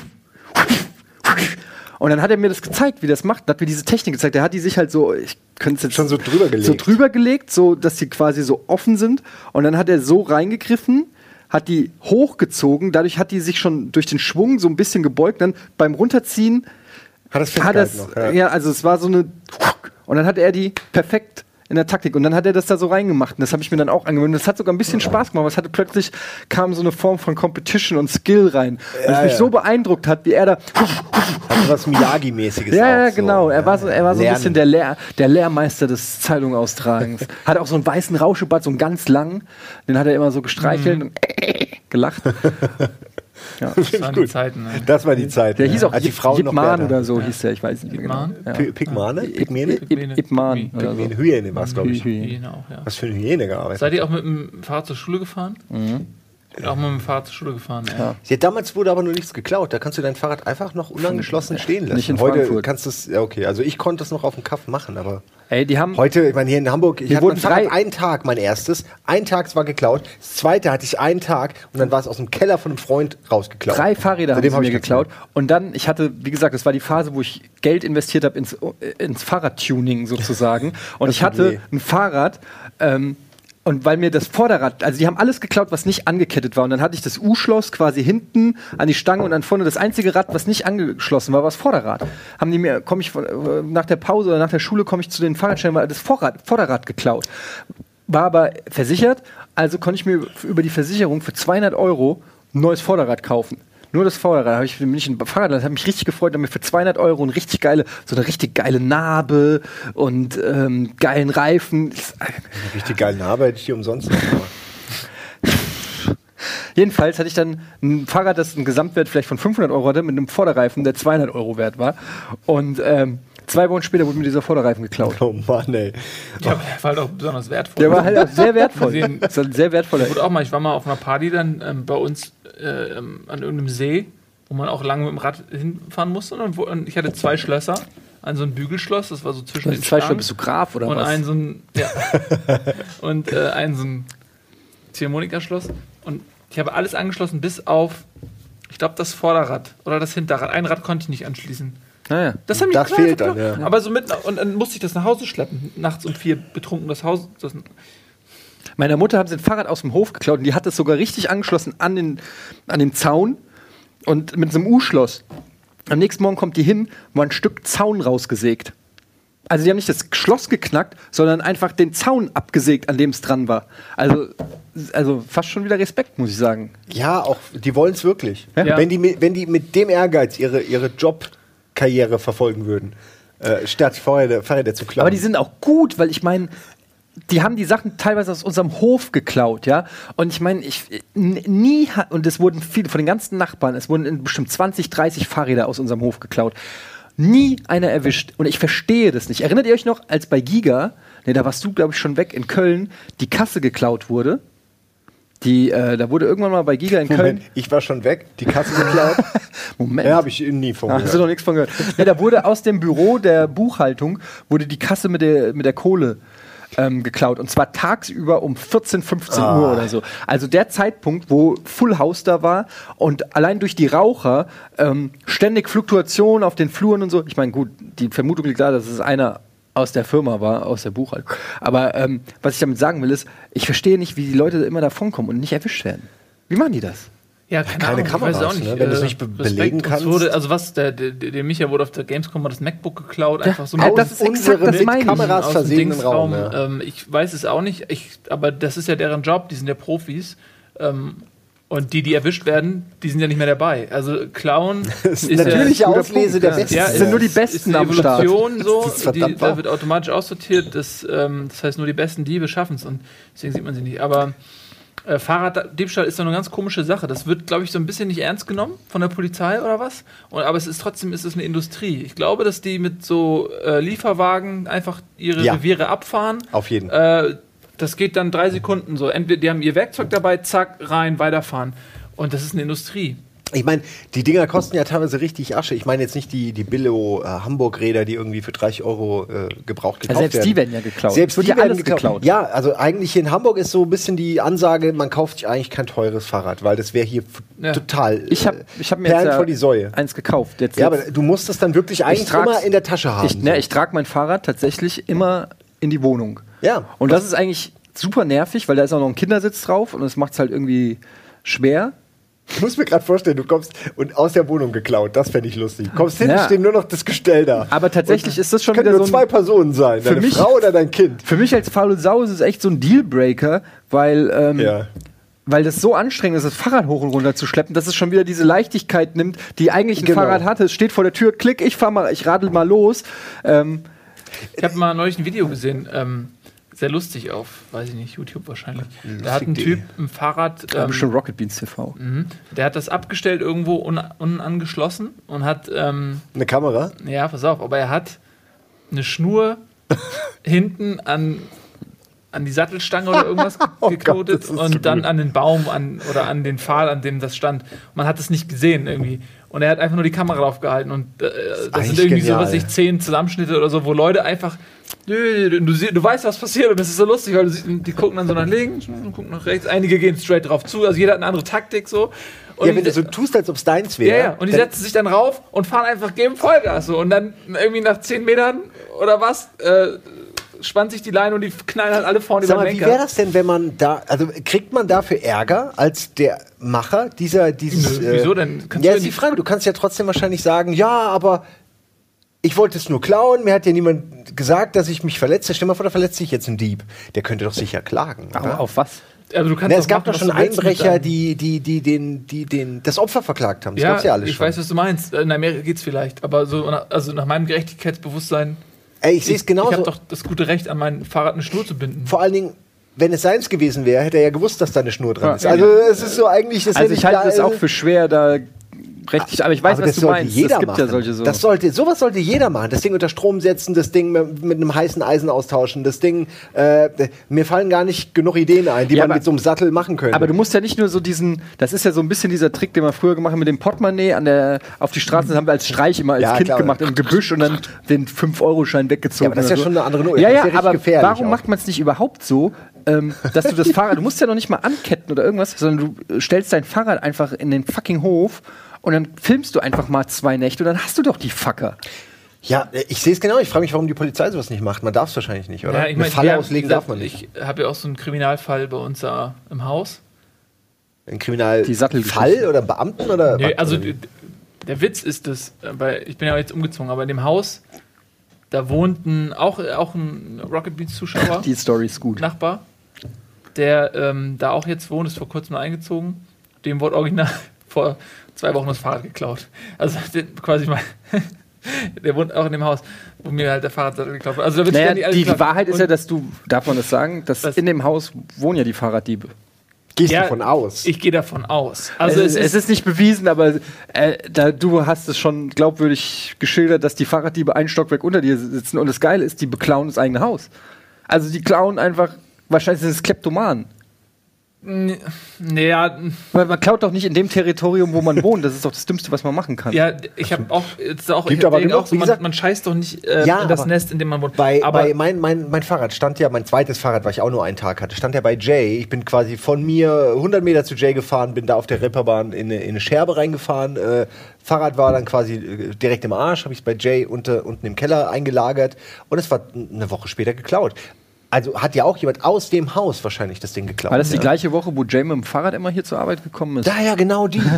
Speaker 1: und dann hat er mir das gezeigt, wie das macht. Dann hat mir diese Technik gezeigt. Er hat die sich halt so, ich könnte es jetzt
Speaker 3: schon so drüber gelegt.
Speaker 1: So drüber gelegt, so dass die quasi so offen sind. Und dann hat er so reingegriffen, hat die hochgezogen. Dadurch hat die sich schon durch den Schwung so ein bisschen gebeugt. Dann beim Runterziehen
Speaker 3: hat das
Speaker 1: hat das,
Speaker 3: noch, ja.
Speaker 1: ja, also es war so eine und dann hat er die perfekt in der Taktik. Und dann hat er das da so reingemacht. Und das habe ich mir dann auch angewöhnt. Das hat sogar ein bisschen Spaß gemacht, aber es hatte plötzlich kam so eine Form von Competition und Skill rein. Ja, was mich ja. so beeindruckt hat, wie er da
Speaker 3: also was Miyagi-mäßiges.
Speaker 1: Ja, ja,
Speaker 3: so.
Speaker 1: genau. Er war so, er war so ein
Speaker 3: Lernen.
Speaker 1: bisschen der, Lehr der Lehrmeister des Zeitungaustragens. Hat auch so einen weißen Rauschebart, so einen ganz langen. Den hat er immer so gestreichelt mhm. und gelacht.
Speaker 2: Ja. Das waren die Zeiten. Ne?
Speaker 3: Das war die Zeit.
Speaker 1: Der hieß auch
Speaker 3: als die Frauen noch
Speaker 1: Ipman oder so, ja. hieß der, ich weiß nicht
Speaker 2: genau.
Speaker 1: Ja.
Speaker 3: Pigmane? Pigmene?
Speaker 1: Ipman oder so.
Speaker 3: Hyäne war es, glaube ich.
Speaker 2: Hyäne auch, ja.
Speaker 3: Was für eine Hyäne gearbeitet.
Speaker 2: Seid ihr auch mit dem Fahrrad zur Schule gefahren? Mhm. Ich bin auch mal mit dem Fahrrad zur Schule gefahren. Ja.
Speaker 3: Ja, damals wurde aber nur nichts geklaut. Da kannst du dein Fahrrad einfach noch unangeschlossen stehen lassen.
Speaker 1: Nicht in
Speaker 3: Heute
Speaker 1: Frankfurt.
Speaker 3: kannst du es, ja okay, also ich konnte das noch auf dem Kaff machen, aber
Speaker 1: Ey, die haben
Speaker 3: heute, ich meine hier in Hamburg, ich
Speaker 1: wir
Speaker 3: hatte mein
Speaker 1: wurden
Speaker 3: Fahrrad
Speaker 1: drei-
Speaker 3: einen Tag, mein erstes, ein Tag war geklaut, das zweite hatte ich einen Tag und dann war es aus dem Keller von einem Freund rausgeklaut.
Speaker 1: Drei Fahrräder haben
Speaker 3: Seitdem
Speaker 1: sie
Speaker 3: hab
Speaker 1: mir
Speaker 3: ich
Speaker 1: geklaut. Und dann, ich hatte, wie gesagt, das war die Phase, wo ich Geld investiert habe ins, ins Fahrradtuning sozusagen. Und ich hatte
Speaker 3: weh.
Speaker 1: ein Fahrrad, ähm, und weil mir das Vorderrad, also die haben alles geklaut, was nicht angekettet war. Und dann hatte ich das U-Schloss quasi hinten an die Stange und dann vorne das einzige Rad, was nicht angeschlossen war, war das Vorderrad. Haben die mir, komme ich von, äh, nach der Pause oder nach der Schule komme ich zu den Fahrradstellen, war das Vorrad, Vorderrad geklaut. War aber versichert, also konnte ich mir über die Versicherung für zweihundert Euro ein neues Vorderrad kaufen. Nur das Vorderrad. Da habe ich mich ein Fahrrad, das hat mich richtig gefreut, damit für zweihundert Euro eine richtig geile, so eine richtig geile Narbe und ähm, geilen Reifen.
Speaker 3: Eine richtig geile Narbe hätte ich hier umsonst noch gemacht.
Speaker 1: Jedenfalls hatte ich dann ein Fahrrad, das einen Gesamtwert vielleicht von fünfhundert Euro hatte, mit einem Vorderreifen, der zweihundert Euro wert war. Und ähm, zwei Wochen später wurde mir dieser Vorderreifen geklaut.
Speaker 3: Oh Mann, ey.
Speaker 2: Ja, aber der war halt auch besonders wertvoll.
Speaker 1: Der war halt auch sehr wertvoll.
Speaker 2: Gesehen.
Speaker 1: Das war ein sehr wertvoller.
Speaker 2: Ich, auch mal, ich war mal auf einer Party dann ähm, bei uns äh, ähm, an irgendeinem See, wo man auch lange mit dem Rad hinfahren musste. Und, wo, und ich hatte zwei Schlösser. Ein so ein Bügelschloss, das war so zwischen den
Speaker 1: Zwei
Speaker 2: Stangen.
Speaker 1: Stunden bist du Graf oder
Speaker 2: und
Speaker 1: was?
Speaker 2: ein so ein, ja. und äh, ein so ein Ziehharmonikaschloss. Und ich habe alles angeschlossen, bis auf, ich glaube, das Vorderrad oder das Hinterrad. Ein Rad konnte ich nicht anschließen.
Speaker 1: Naja.
Speaker 2: Das, haben die
Speaker 3: Das
Speaker 2: klar,
Speaker 3: fehlt
Speaker 2: klar.
Speaker 3: dann, ja.
Speaker 2: Aber so mitten, und dann musste ich das nach Hause schleppen. Nachts um vier betrunken das Haus. Das,
Speaker 1: Meiner Mutter haben sie ein Fahrrad aus dem Hof geklaut und die hat es sogar richtig angeschlossen an den, an den Zaun und mit so einem U-Schloss. Am nächsten Morgen kommt die hin, war ein Stück Zaun rausgesägt. Also die haben nicht das Schloss geknackt, sondern einfach den Zaun abgesägt, an dem es dran war. Also, also fast schon wieder Respekt, muss ich sagen.
Speaker 3: Ja, auch, die wollen es wirklich.
Speaker 1: Ja.
Speaker 3: Wenn, die, mit- wenn die mit dem Ehrgeiz ihre, ihre Jobkarriere verfolgen würden, äh, statt Fahrräder, Fahrräder zu klauen.
Speaker 1: Aber die sind auch gut, weil ich meine, die haben die Sachen teilweise aus unserem Hof geklaut, ja. Und ich meine, ich n- nie ha- und es wurden viele von den ganzen Nachbarn, es wurden bestimmt zwanzig, dreißig Fahrräder aus unserem Hof geklaut. Nie einer erwischt. Und ich verstehe das nicht. Erinnert ihr euch noch, als bei Giga, ne, da warst du, glaube ich, schon weg in Köln, die Kasse geklaut wurde? Die, äh, da wurde irgendwann mal bei Giga in Köln.
Speaker 3: Moment, ich war schon weg, die Kasse geklaut.
Speaker 1: Moment.
Speaker 3: Ja, habe ich nie von
Speaker 1: Ah,
Speaker 3: gehört.
Speaker 1: hast du noch nichts von gehört? Ja, da wurde aus dem Büro der Buchhaltung wurde die Kasse mit der, mit der Kohle ähm, geklaut. Und zwar tagsüber um vierzehn, fünfzehn
Speaker 3: Ah.
Speaker 1: Uhr oder so. Also der Zeitpunkt, wo Full House da war und allein durch die Raucher ähm, ständig Fluktuation auf den Fluren und so. Ich meine, gut, die Vermutung liegt da, dass es einer aus der Firma war, aus der Buchhaltung. Aber ähm, was ich damit sagen will, ist, ich verstehe nicht, wie die Leute immer davonkommen und nicht erwischt werden. Wie machen die das?
Speaker 2: Ja, keine,
Speaker 3: keine
Speaker 2: Ahnung, ich
Speaker 3: Kameras,
Speaker 2: weiß auch nicht.
Speaker 3: ne? Wenn du es
Speaker 2: äh,
Speaker 3: nicht be-
Speaker 2: Respekt.
Speaker 3: belegen
Speaker 2: Uns
Speaker 3: kannst.
Speaker 2: Wurde, also was, der, der, der Micha wurde auf der Gamescom mal das MacBook geklaut,
Speaker 1: Ja,
Speaker 2: einfach so
Speaker 1: ja,
Speaker 2: mit
Speaker 1: das ist exakt das
Speaker 3: mit
Speaker 1: meine ich.
Speaker 3: Kameras
Speaker 2: aus dem
Speaker 3: versehenen
Speaker 2: Dingsraum.
Speaker 3: Raum. Ja.
Speaker 2: Ähm, ich weiß es auch nicht, ich, aber das ist ja deren Job, die sind ja Profis. Ähm, und die, die erwischt werden, die sind ja nicht mehr dabei. Also Klauen
Speaker 3: Das ist
Speaker 2: ist
Speaker 3: natürliche
Speaker 2: ja,
Speaker 3: Auslese der
Speaker 1: ja.
Speaker 3: Besten.
Speaker 2: ja,
Speaker 1: Das sind nur die
Speaker 2: ist-
Speaker 1: Besten
Speaker 2: ist die
Speaker 1: am Start.
Speaker 2: Evolution so,
Speaker 3: Das ist
Speaker 2: die,
Speaker 3: verdammt
Speaker 2: da
Speaker 3: wahr.
Speaker 2: wird automatisch aussortiert. Das, ähm, das heißt, nur die besten Diebe schaffen es und deswegen sieht man sie nicht. Aber äh, Fahrraddiebstahl ist doch eine ganz komische Sache. Das wird, glaube ich, so ein bisschen nicht ernst genommen von der Polizei oder was. Und, aber es ist trotzdem ist es eine Industrie. Ich glaube, dass die mit so äh, Lieferwagen einfach ihre
Speaker 3: Ja.
Speaker 2: Reviere abfahren.
Speaker 3: Auf jeden Fall.
Speaker 2: Äh, das geht dann drei Sekunden so. Entweder die haben ihr Werkzeug dabei, zack, rein, weiterfahren. Und das ist eine Industrie.
Speaker 3: Ich meine, die Dinger kosten ja teilweise richtig Asche. Ich meine jetzt nicht die, die Billo-Hamburg-Räder, die irgendwie für dreißig Euro äh, gebraucht gekauft
Speaker 1: Ja, selbst
Speaker 3: werden.
Speaker 1: die werden ja geklaut.
Speaker 3: Selbst
Speaker 1: Es wird
Speaker 3: die
Speaker 1: ja
Speaker 3: werden
Speaker 1: alles
Speaker 3: geklaut.
Speaker 1: geklaut.
Speaker 3: Ja, also eigentlich hier in Hamburg ist so ein bisschen die Ansage, man kauft sich eigentlich kein teures Fahrrad, weil das wäre hier f-
Speaker 2: Ja.
Speaker 3: total
Speaker 1: Ich habe ich hab mir
Speaker 3: Perlen
Speaker 1: jetzt
Speaker 3: vor die Säue.
Speaker 1: eins gekauft. Jetzt,
Speaker 3: Ja,
Speaker 1: jetzt,
Speaker 3: aber du musst es dann wirklich eigentlich
Speaker 1: trag's-
Speaker 3: immer in der Tasche haben.
Speaker 1: Ich, ne, ich trage mein Fahrrad tatsächlich immer in die Wohnung.
Speaker 3: Ja.
Speaker 1: Und das ist eigentlich super nervig, weil da ist auch noch ein Kindersitz drauf und das macht es halt irgendwie schwer.
Speaker 3: Ich muss mir gerade vorstellen, du kommst und aus der Wohnung geklaut, das fände ich lustig. Kommst hin,
Speaker 1: Ja.
Speaker 3: steht nur noch das Gestell da.
Speaker 1: Aber tatsächlich ist das schon
Speaker 3: Können
Speaker 1: wieder
Speaker 3: nur
Speaker 1: so ein,
Speaker 3: zwei Personen sein,
Speaker 1: für
Speaker 3: deine
Speaker 1: mich-
Speaker 3: Frau oder dein Kind.
Speaker 1: Für mich als faule Sau ist es echt so ein Dealbreaker, weil, ähm,
Speaker 3: Ja.
Speaker 1: weil das so anstrengend ist, das Fahrrad hoch und runter zu schleppen, dass es schon wieder diese Leichtigkeit nimmt, die eigentlich ein
Speaker 3: Genau.
Speaker 1: Fahrrad hatte. Es steht vor der Tür, klick, ich fahr mal, ich radel mal los. Ähm,
Speaker 2: Ich habe mal neulich ein Video gesehen, ähm, sehr lustig auf, weiß ich nicht, YouTube wahrscheinlich. Da hat ein
Speaker 3: Lustig.de.
Speaker 2: Typ ein Fahrrad,
Speaker 1: ähm,
Speaker 2: ähm,
Speaker 1: schon Rocket Beans T V.
Speaker 2: mhm, der hat das abgestellt irgendwo un unangeschlossen und hat, ähm,
Speaker 3: Eine Kamera?
Speaker 2: ja, pass auf, aber er hat eine Schnur hinten an, an die Sattelstange oder irgendwas ge
Speaker 3: Oh
Speaker 2: geknotet
Speaker 3: Gott, das ist
Speaker 2: und
Speaker 3: zu
Speaker 2: dann
Speaker 3: gut.
Speaker 2: an den Baum an, oder an den Pfahl, an dem das stand. Man hat es nicht gesehen irgendwie. Und er hat einfach nur die Kamera drauf gehalten und äh, das sind
Speaker 3: eigentlich
Speaker 2: irgendwie
Speaker 3: genial.
Speaker 2: so, was ich, zehn Zusammenschnitte oder so, wo Leute einfach, nö, du, sie- du weißt, was passiert und das ist so lustig, weil du sie, die gucken dann so nach links, gucken nach rechts, einige gehen straight drauf zu, also jeder hat eine andere Taktik so. Und
Speaker 3: Ja, wenn
Speaker 2: die-
Speaker 3: du so tust, als ob es deins
Speaker 2: ja,
Speaker 3: wäre.
Speaker 2: ja, und die
Speaker 3: dann-
Speaker 2: setzen sich dann rauf und fahren einfach, geben Vollgas so. Und dann irgendwie nach zehn Metern oder was, äh, spannt sich die Leine und die knallen halt alle vorne
Speaker 3: Sag
Speaker 2: über
Speaker 3: mal,
Speaker 2: den
Speaker 3: wie
Speaker 2: Lenker.
Speaker 3: wäre das denn, wenn man da, also kriegt man dafür Ärger als der Macher dieser, dieses...
Speaker 2: Nö, wieso denn? Kannst
Speaker 3: ja,
Speaker 2: du
Speaker 3: ist die
Speaker 2: nicht-
Speaker 3: Frage, du kannst ja trotzdem wahrscheinlich sagen, ja, aber ich wollte es nur klauen, mir hat ja niemand gesagt, dass ich mich verletze. Stell dir mal vor, da verletzt sich jetzt ein Dieb. Der könnte doch sicher klagen,
Speaker 1: Aber
Speaker 3: oder?
Speaker 1: auf was?
Speaker 2: Also du kannst
Speaker 3: Na,
Speaker 2: auch
Speaker 3: es gab
Speaker 2: machen,
Speaker 3: doch
Speaker 2: was
Speaker 3: schon
Speaker 2: du willst mit
Speaker 3: Einbrecher,
Speaker 2: deinem-
Speaker 3: die, die, die, den, die den, das Opfer verklagt haben. Das
Speaker 2: Ja,
Speaker 3: gab's ja alles
Speaker 2: ich
Speaker 3: schon.
Speaker 2: weiß, was du meinst. In Amerika geht's vielleicht, aber so, nach- also nach meinem Gerechtigkeitsbewusstsein,
Speaker 3: Ey, ich sehe es
Speaker 2: ich habe
Speaker 3: genauso.
Speaker 2: doch das gute Recht, an mein Fahrrad eine Schnur zu binden.
Speaker 3: Vor allen Dingen, wenn es seins gewesen wäre, hätte er ja gewusst, dass da eine Schnur dran
Speaker 1: Ja,
Speaker 3: ist.
Speaker 1: ja.
Speaker 3: Also es ist so eigentlich... Das
Speaker 1: Also
Speaker 3: hätte
Speaker 1: ich halte
Speaker 3: da-
Speaker 1: das auch für schwer, da rechtlich, aber ich weiß,
Speaker 3: aber
Speaker 1: was
Speaker 3: das
Speaker 1: du
Speaker 3: sollte
Speaker 1: meinst.
Speaker 3: jeder
Speaker 1: Es gibt
Speaker 3: machen.
Speaker 1: ja solche so.
Speaker 3: Das sollte, sowas sollte jeder machen. Das Ding unter Strom setzen, das Ding mit, mit einem heißen Eisen austauschen, das Ding. Äh, mir fallen gar nicht genug Ideen ein, die
Speaker 1: Ja,
Speaker 3: man
Speaker 1: aber-
Speaker 3: mit so einem Sattel machen könnte.
Speaker 1: Aber du musst ja nicht nur so diesen, das ist ja so ein bisschen dieser Trick, den wir früher gemacht haben mit dem Portemonnaie an der, auf die Straße, das haben wir als Streich immer als
Speaker 3: Ja,
Speaker 1: Kind
Speaker 3: klar.
Speaker 1: gemacht im Gebüsch und dann den fünf Euro Schein weggezogen.
Speaker 3: Ja, aber das ist
Speaker 1: oder
Speaker 3: ja schon eine andere Nummer.
Speaker 1: Ja,
Speaker 3: Das ist
Speaker 1: ja,
Speaker 3: ja richtig
Speaker 1: aber
Speaker 3: gefährlich
Speaker 1: warum
Speaker 3: auch.
Speaker 1: macht man es nicht überhaupt so, ähm, dass du das Fahrrad, du musst ja noch nicht mal anketten oder irgendwas, sondern du äh, stellst dein Fahrrad einfach in den fucking Hof und dann filmst du einfach mal zwei Nächte und dann hast du doch die Fucker.
Speaker 3: ja, ich sehe es genau. Ich frage mich, warum die Polizei sowas nicht macht. Man darf es wahrscheinlich nicht, oder?
Speaker 2: Ja, ich
Speaker 3: Eine
Speaker 2: mein,
Speaker 3: Falle
Speaker 2: ja,
Speaker 3: auslegen
Speaker 2: wie gesagt,
Speaker 3: darf man nicht.
Speaker 2: Ich habe ja auch so einen Kriminalfall bei uns da im Haus.
Speaker 3: Ein Kriminal
Speaker 1: Die Sattelgeschichte.
Speaker 3: Fall oder Beamten oder?
Speaker 2: Nee,
Speaker 3: was?
Speaker 2: also
Speaker 3: Oder wie?
Speaker 2: d- der Witz ist das, äh, weil ich bin ja jetzt umgezogen, aber in dem Haus, da wohnt ein, auch, auch ein Rocket Beans Zuschauer,
Speaker 1: Die Story ist gut.
Speaker 2: Nachbar, der ähm, da auch jetzt wohnt, ist vor kurzem eingezogen. Dem wurde original vor zwei Wochen das Fahrrad geklaut. Also den- quasi mein, Der wohnt auch in dem Haus, wo mir halt der Fahrradsattel geklaut wurde. Also, da wird
Speaker 1: Naja,
Speaker 2: ständig alles
Speaker 1: die, die
Speaker 2: geklaut.
Speaker 1: Wahrheit ist
Speaker 2: Und
Speaker 1: ja, dass du, darf man das sagen, dass
Speaker 2: Was?
Speaker 1: in dem Haus wohnen ja die Fahrraddiebe.
Speaker 3: Gehst
Speaker 2: Ja,
Speaker 3: du davon aus?
Speaker 2: Ich gehe davon aus. Also,
Speaker 1: es, ist, es ist nicht bewiesen, aber äh, da, du hast es schon glaubwürdig geschildert, dass die Fahrraddiebe ein Stockwerk unter dir sitzen. Und das Geile ist, die beklauen das eigene Haus. Also die klauen einfach, wahrscheinlich sind es Kleptomanen.
Speaker 2: Naja,
Speaker 1: Weil man klaut doch nicht in dem Territorium, wo man wohnt. Das ist doch das Dümmste, was man machen kann.
Speaker 2: ja, ich habe auch, jetzt auch,
Speaker 3: Gibt
Speaker 2: ich
Speaker 3: aber
Speaker 2: denke
Speaker 3: genug,
Speaker 2: auch so,
Speaker 3: wie
Speaker 2: man,
Speaker 3: gesagt-
Speaker 2: man scheißt doch nicht äh,
Speaker 3: Ja,
Speaker 2: in das
Speaker 3: aber
Speaker 2: Nest, in dem man wohnt.
Speaker 3: Bei,
Speaker 2: aber
Speaker 3: bei mein, mein, mein Fahrrad stand ja, mein zweites Fahrrad, weil ich auch nur einen Tag hatte, stand ja bei Jay. Ich bin quasi von mir hundert Meter zu Jay gefahren, bin da auf der Reeperbahn in eine, in eine Scherbe reingefahren. Äh, Fahrrad war dann quasi äh, direkt im Arsch, habe ich es bei Jay unter, unten im Keller eingelagert und es war eine Woche später geklaut. Also hat ja auch jemand aus dem Haus wahrscheinlich das Ding geklaut.
Speaker 1: War das die
Speaker 3: ja.
Speaker 1: gleiche Woche, wo Jay mit dem Fahrrad immer hier zur Arbeit gekommen ist?
Speaker 3: Da ja, genau die.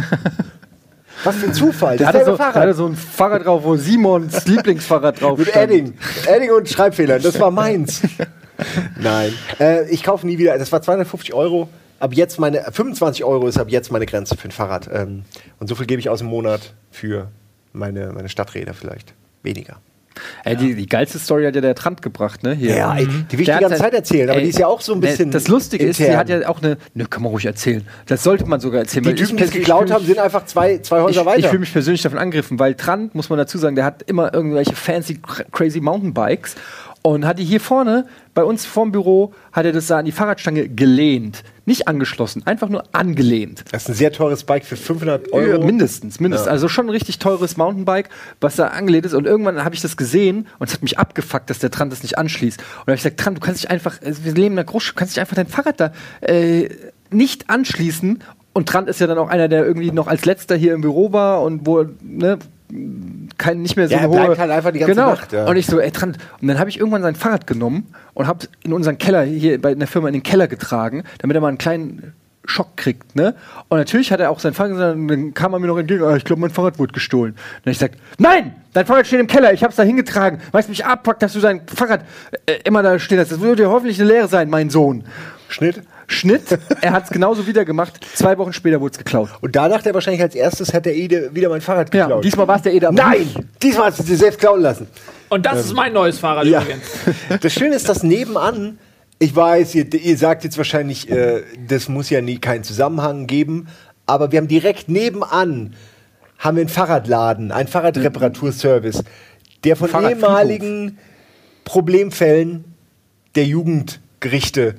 Speaker 3: Was für ein Zufall.
Speaker 1: Der
Speaker 3: Das
Speaker 1: hatte, so,
Speaker 3: selbe
Speaker 1: der hatte so ein Fahrrad drauf, wo Simons Lieblingsfahrrad drauf
Speaker 3: Mit
Speaker 1: stand.
Speaker 3: Edding. Edding und Schreibfehlern. Das war meins. Nein. Äh, ich kaufe nie wieder. Das war zweihundertfünfzig Euro. Ab jetzt meine, fünfundzwanzig Euro ist ab jetzt meine Grenze für ein Fahrrad. Ähm, und so viel gebe ich aus im Monat für meine, meine Stadträder vielleicht. Weniger.
Speaker 1: Ey, die, die geilste Story hat ja der Trant gebracht, ne? Hier.
Speaker 3: Ja, ey, die will ich
Speaker 1: Der
Speaker 3: die ganze
Speaker 1: hat-
Speaker 3: Zeit erzählen, aber
Speaker 1: ey,
Speaker 3: die ist ja auch so ein bisschen.
Speaker 1: Das Lustige ist, sie
Speaker 3: intern.
Speaker 1: hat ja auch eine. Ne, kann man ruhig erzählen. Das sollte man sogar erzählen.
Speaker 3: Die
Speaker 1: weil
Speaker 3: Typen,
Speaker 1: ich
Speaker 3: die es
Speaker 1: pers- ich
Speaker 3: geklaut
Speaker 1: fühl
Speaker 3: haben,
Speaker 1: mich-
Speaker 3: sind einfach zwei, zwei Häuser
Speaker 1: Ich,
Speaker 3: weiter.
Speaker 1: ich fühle mich persönlich davon angegriffen, weil Trant, muss man dazu sagen, der hat immer irgendwelche fancy, cr- crazy Mountainbikes und hat die hier vorne bei uns vorm Büro, hat er das da an die Fahrradstange gelehnt. Nicht angeschlossen, einfach nur angelehnt.
Speaker 3: Das ist ein sehr teures Bike für fünfhundert
Speaker 1: Ja,
Speaker 3: Euro.
Speaker 1: mindestens, mindestens.
Speaker 3: Ja.
Speaker 1: Also schon ein richtig teures Mountainbike, was da angelehnt ist. Und irgendwann habe ich das gesehen und es hat mich abgefuckt, dass der Trant das nicht anschließt. Und da habe ich gesagt, Trant, du kannst dich einfach, also wir leben in der Großstadt, du kannst dich einfach dein Fahrrad da äh, nicht anschließen. Und Trant ist ja dann auch einer, der irgendwie noch als letzter hier im Büro war und wo, ne, kein, nicht mehr so
Speaker 3: Ja,
Speaker 1: eine
Speaker 3: er bleibt
Speaker 1: hohe...
Speaker 3: halt einfach die ganze
Speaker 1: genau.
Speaker 3: Nacht, ja.
Speaker 1: Und ich so, ey Trant, und dann habe ich irgendwann sein Fahrrad genommen und habe in unseren Keller, hier bei einer Firma in den Keller getragen, damit er mal einen kleinen Schock kriegt, ne? Und natürlich hat er auch sein Fahrrad gesagt, und dann kam er mir noch entgegen, ah, ich glaube, mein Fahrrad wurde gestohlen. Und dann hab ich gesagt, nein, dein Fahrrad steht im Keller, ich hab's da hingetragen. Weißt du, mich abpackt, dass du dein Fahrrad äh, immer da stehen hast. Das würde dir hoffentlich eine Lehre sein, mein Sohn.
Speaker 3: Schnitt.
Speaker 1: Schnitt, er hat's genauso wieder gemacht. Zwei Wochen später wurde es geklaut.
Speaker 3: Und da dachte er wahrscheinlich als erstes, hat der Ede wieder mein Fahrrad
Speaker 1: Ja,
Speaker 3: geklaut.
Speaker 1: diesmal war es der Eder.
Speaker 3: Nein! Diesmal hast du dir selbst klauen lassen.
Speaker 2: und das ist mein neues Fahrrad
Speaker 3: Ja.
Speaker 2: übrigens.
Speaker 3: Das Schöne ist, dass nebenan, ich weiß, ihr, ihr sagt jetzt wahrscheinlich, äh, das muss ja nie keinen Zusammenhang geben, aber wir haben direkt nebenan haben wir einen Fahrradladen, einen Fahrradreparaturservice, der von
Speaker 1: Fahrradfriedhof.
Speaker 3: ehemaligen Problemfällen der Jugendgerichte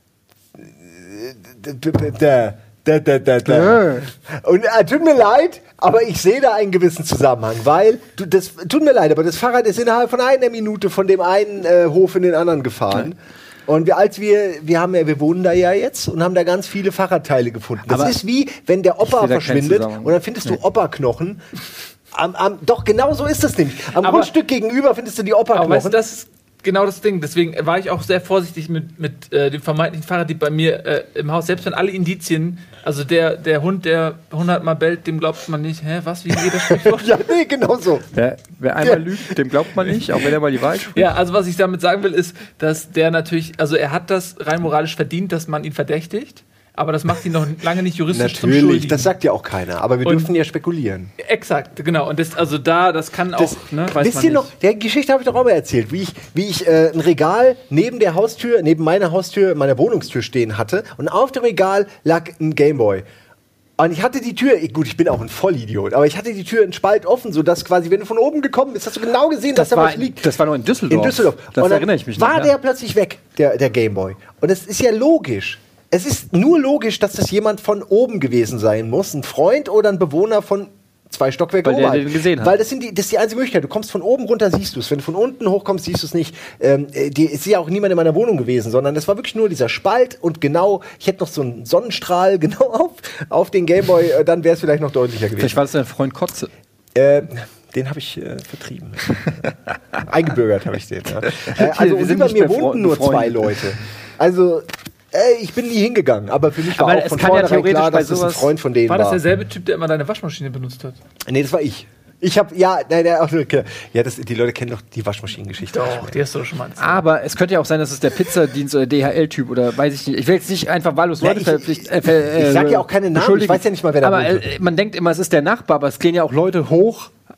Speaker 3: da, da, da, da, da. Und äh, tut mir leid, aber ich sehe da einen gewissen Zusammenhang, weil du, das tut mir leid, aber das Fahrrad ist innerhalb von einer Minute von dem einen äh, Hof in den anderen gefahren. Und wir, als wir, wir haben ja, wir wohnen da ja jetzt und haben da ganz viele Fahrradteile gefunden. Das
Speaker 1: Aber
Speaker 3: ist wie, wenn der Opa
Speaker 1: sehe da keinen
Speaker 3: verschwindet
Speaker 1: Zusammenhang.
Speaker 3: und dann findest du Opa-Knochen. Am, am, doch, genau so ist das nämlich. Am
Speaker 2: Aber-
Speaker 3: Grundstück gegenüber findest du die
Speaker 2: Aber weißt du,
Speaker 3: Opa-Knochen.
Speaker 2: das ist genau das Ding. Deswegen war ich auch sehr vorsichtig mit, mit äh, dem vermeintlichen Fahrraddieb bei mir äh, im Haus. Selbst wenn alle Indizien, also der, der Hund, der hundertmal bellt, dem glaubt man nicht. Hä, was, wie geht das Sprichwort?
Speaker 3: Ja, nee, genau so.
Speaker 1: Wer, wer einmal lügt, dem glaubt man nicht, auch wenn er mal die Wahrheit spricht.
Speaker 2: Ja, also was ich damit sagen will, ist, dass der natürlich, also er hat das rein moralisch verdient, dass man ihn verdächtigt, aber das macht ihn noch lange nicht juristisch zum
Speaker 3: Natürlich,
Speaker 2: Schuldigen.
Speaker 3: das sagt ja auch keiner, aber wir
Speaker 2: Und-
Speaker 3: dürfen ja spekulieren.
Speaker 2: Exakt, genau. Und das, also da, das kann
Speaker 3: Das,
Speaker 2: auch, ne, weiß
Speaker 3: wisst
Speaker 2: man
Speaker 3: ihr
Speaker 2: nicht.
Speaker 3: noch, der Geschichte habe ich doch auch mal erzählt, wie ich, wie ich äh, ein Regal neben der Haustür, neben meiner Haustür, meiner Wohnungstür stehen hatte und auf dem Regal lag ein Gameboy. Und ich hatte die Tür, gut, ich bin auch ein Vollidiot, aber ich hatte die Tür einen Spalt offen, sodass quasi, wenn du von oben gekommen bist, hast du genau gesehen, dass
Speaker 1: Das
Speaker 3: da
Speaker 1: war,
Speaker 3: was liegt.
Speaker 1: das war noch in Düsseldorf.
Speaker 3: In Düsseldorf.
Speaker 1: Das
Speaker 3: und dann
Speaker 1: erinnere ich mich
Speaker 3: war
Speaker 1: noch.
Speaker 3: der
Speaker 1: ja.
Speaker 3: plötzlich weg, der, der Gameboy. Und es ist ja logisch. Es ist nur logisch, dass das jemand von oben gewesen sein muss. Ein Freund oder ein Bewohner von zwei Stockwerke
Speaker 1: Weil der
Speaker 3: oberhalb.
Speaker 1: den gesehen hat.
Speaker 3: Weil das, sind die, das ist die einzige Möglichkeit. Du kommst von oben runter, siehst du es. Wenn du von unten hochkommst, siehst du es nicht. Ähm, äh, die ist ja auch niemand in meiner Wohnung gewesen, sondern das war wirklich nur dieser Spalt und genau, ich hätte noch so einen Sonnenstrahl genau auf, auf den Gameboy, äh, dann wäre es vielleicht noch deutlicher gewesen.
Speaker 1: Vielleicht war das dein Freund Kotze.
Speaker 3: Äh, den habe ich äh, vertrieben. Eingebürgert habe ich den. Ja. Äh, also
Speaker 1: wir
Speaker 3: und
Speaker 1: sind
Speaker 3: über
Speaker 1: nicht
Speaker 3: mir
Speaker 1: mehr
Speaker 3: wohnten
Speaker 1: Fre-
Speaker 3: nur
Speaker 1: Freunde.
Speaker 3: zwei Leute. Also äh, ich bin nie hingegangen, aber für mich war
Speaker 1: Aber
Speaker 3: auch
Speaker 1: es
Speaker 3: von
Speaker 1: kann ja
Speaker 3: vornherein
Speaker 1: theoretisch
Speaker 3: klar,
Speaker 1: bei
Speaker 3: dass das ein
Speaker 1: sowas-
Speaker 3: Freund von denen
Speaker 2: War
Speaker 3: war.
Speaker 2: das derselbe Typ, der immer deine Waschmaschine benutzt hat?
Speaker 3: Nee, das war ich. Ich habe ja, nein, nein, auch, okay. ja, das, die Leute kennen doch die Waschmaschinengeschichte.
Speaker 2: Doch, die hast du doch schon mal erzählt.
Speaker 1: Aber es könnte ja auch sein, dass es der Pizzadienst oder D H L-Typ oder weiß ich nicht. Ich will jetzt nicht einfach wahllos
Speaker 3: Ja,
Speaker 1: Leute
Speaker 3: ich-
Speaker 1: verpflicht- äh,
Speaker 3: ich-
Speaker 1: ver- äh,
Speaker 3: ich sag ja auch keine Namen,
Speaker 1: beschuldigen.
Speaker 3: ich weiß ja nicht mal, wer da
Speaker 1: Aber
Speaker 3: wohnt.
Speaker 1: äh, man denkt immer, es ist der Nachbar, aber es gehen ja auch Leute hoch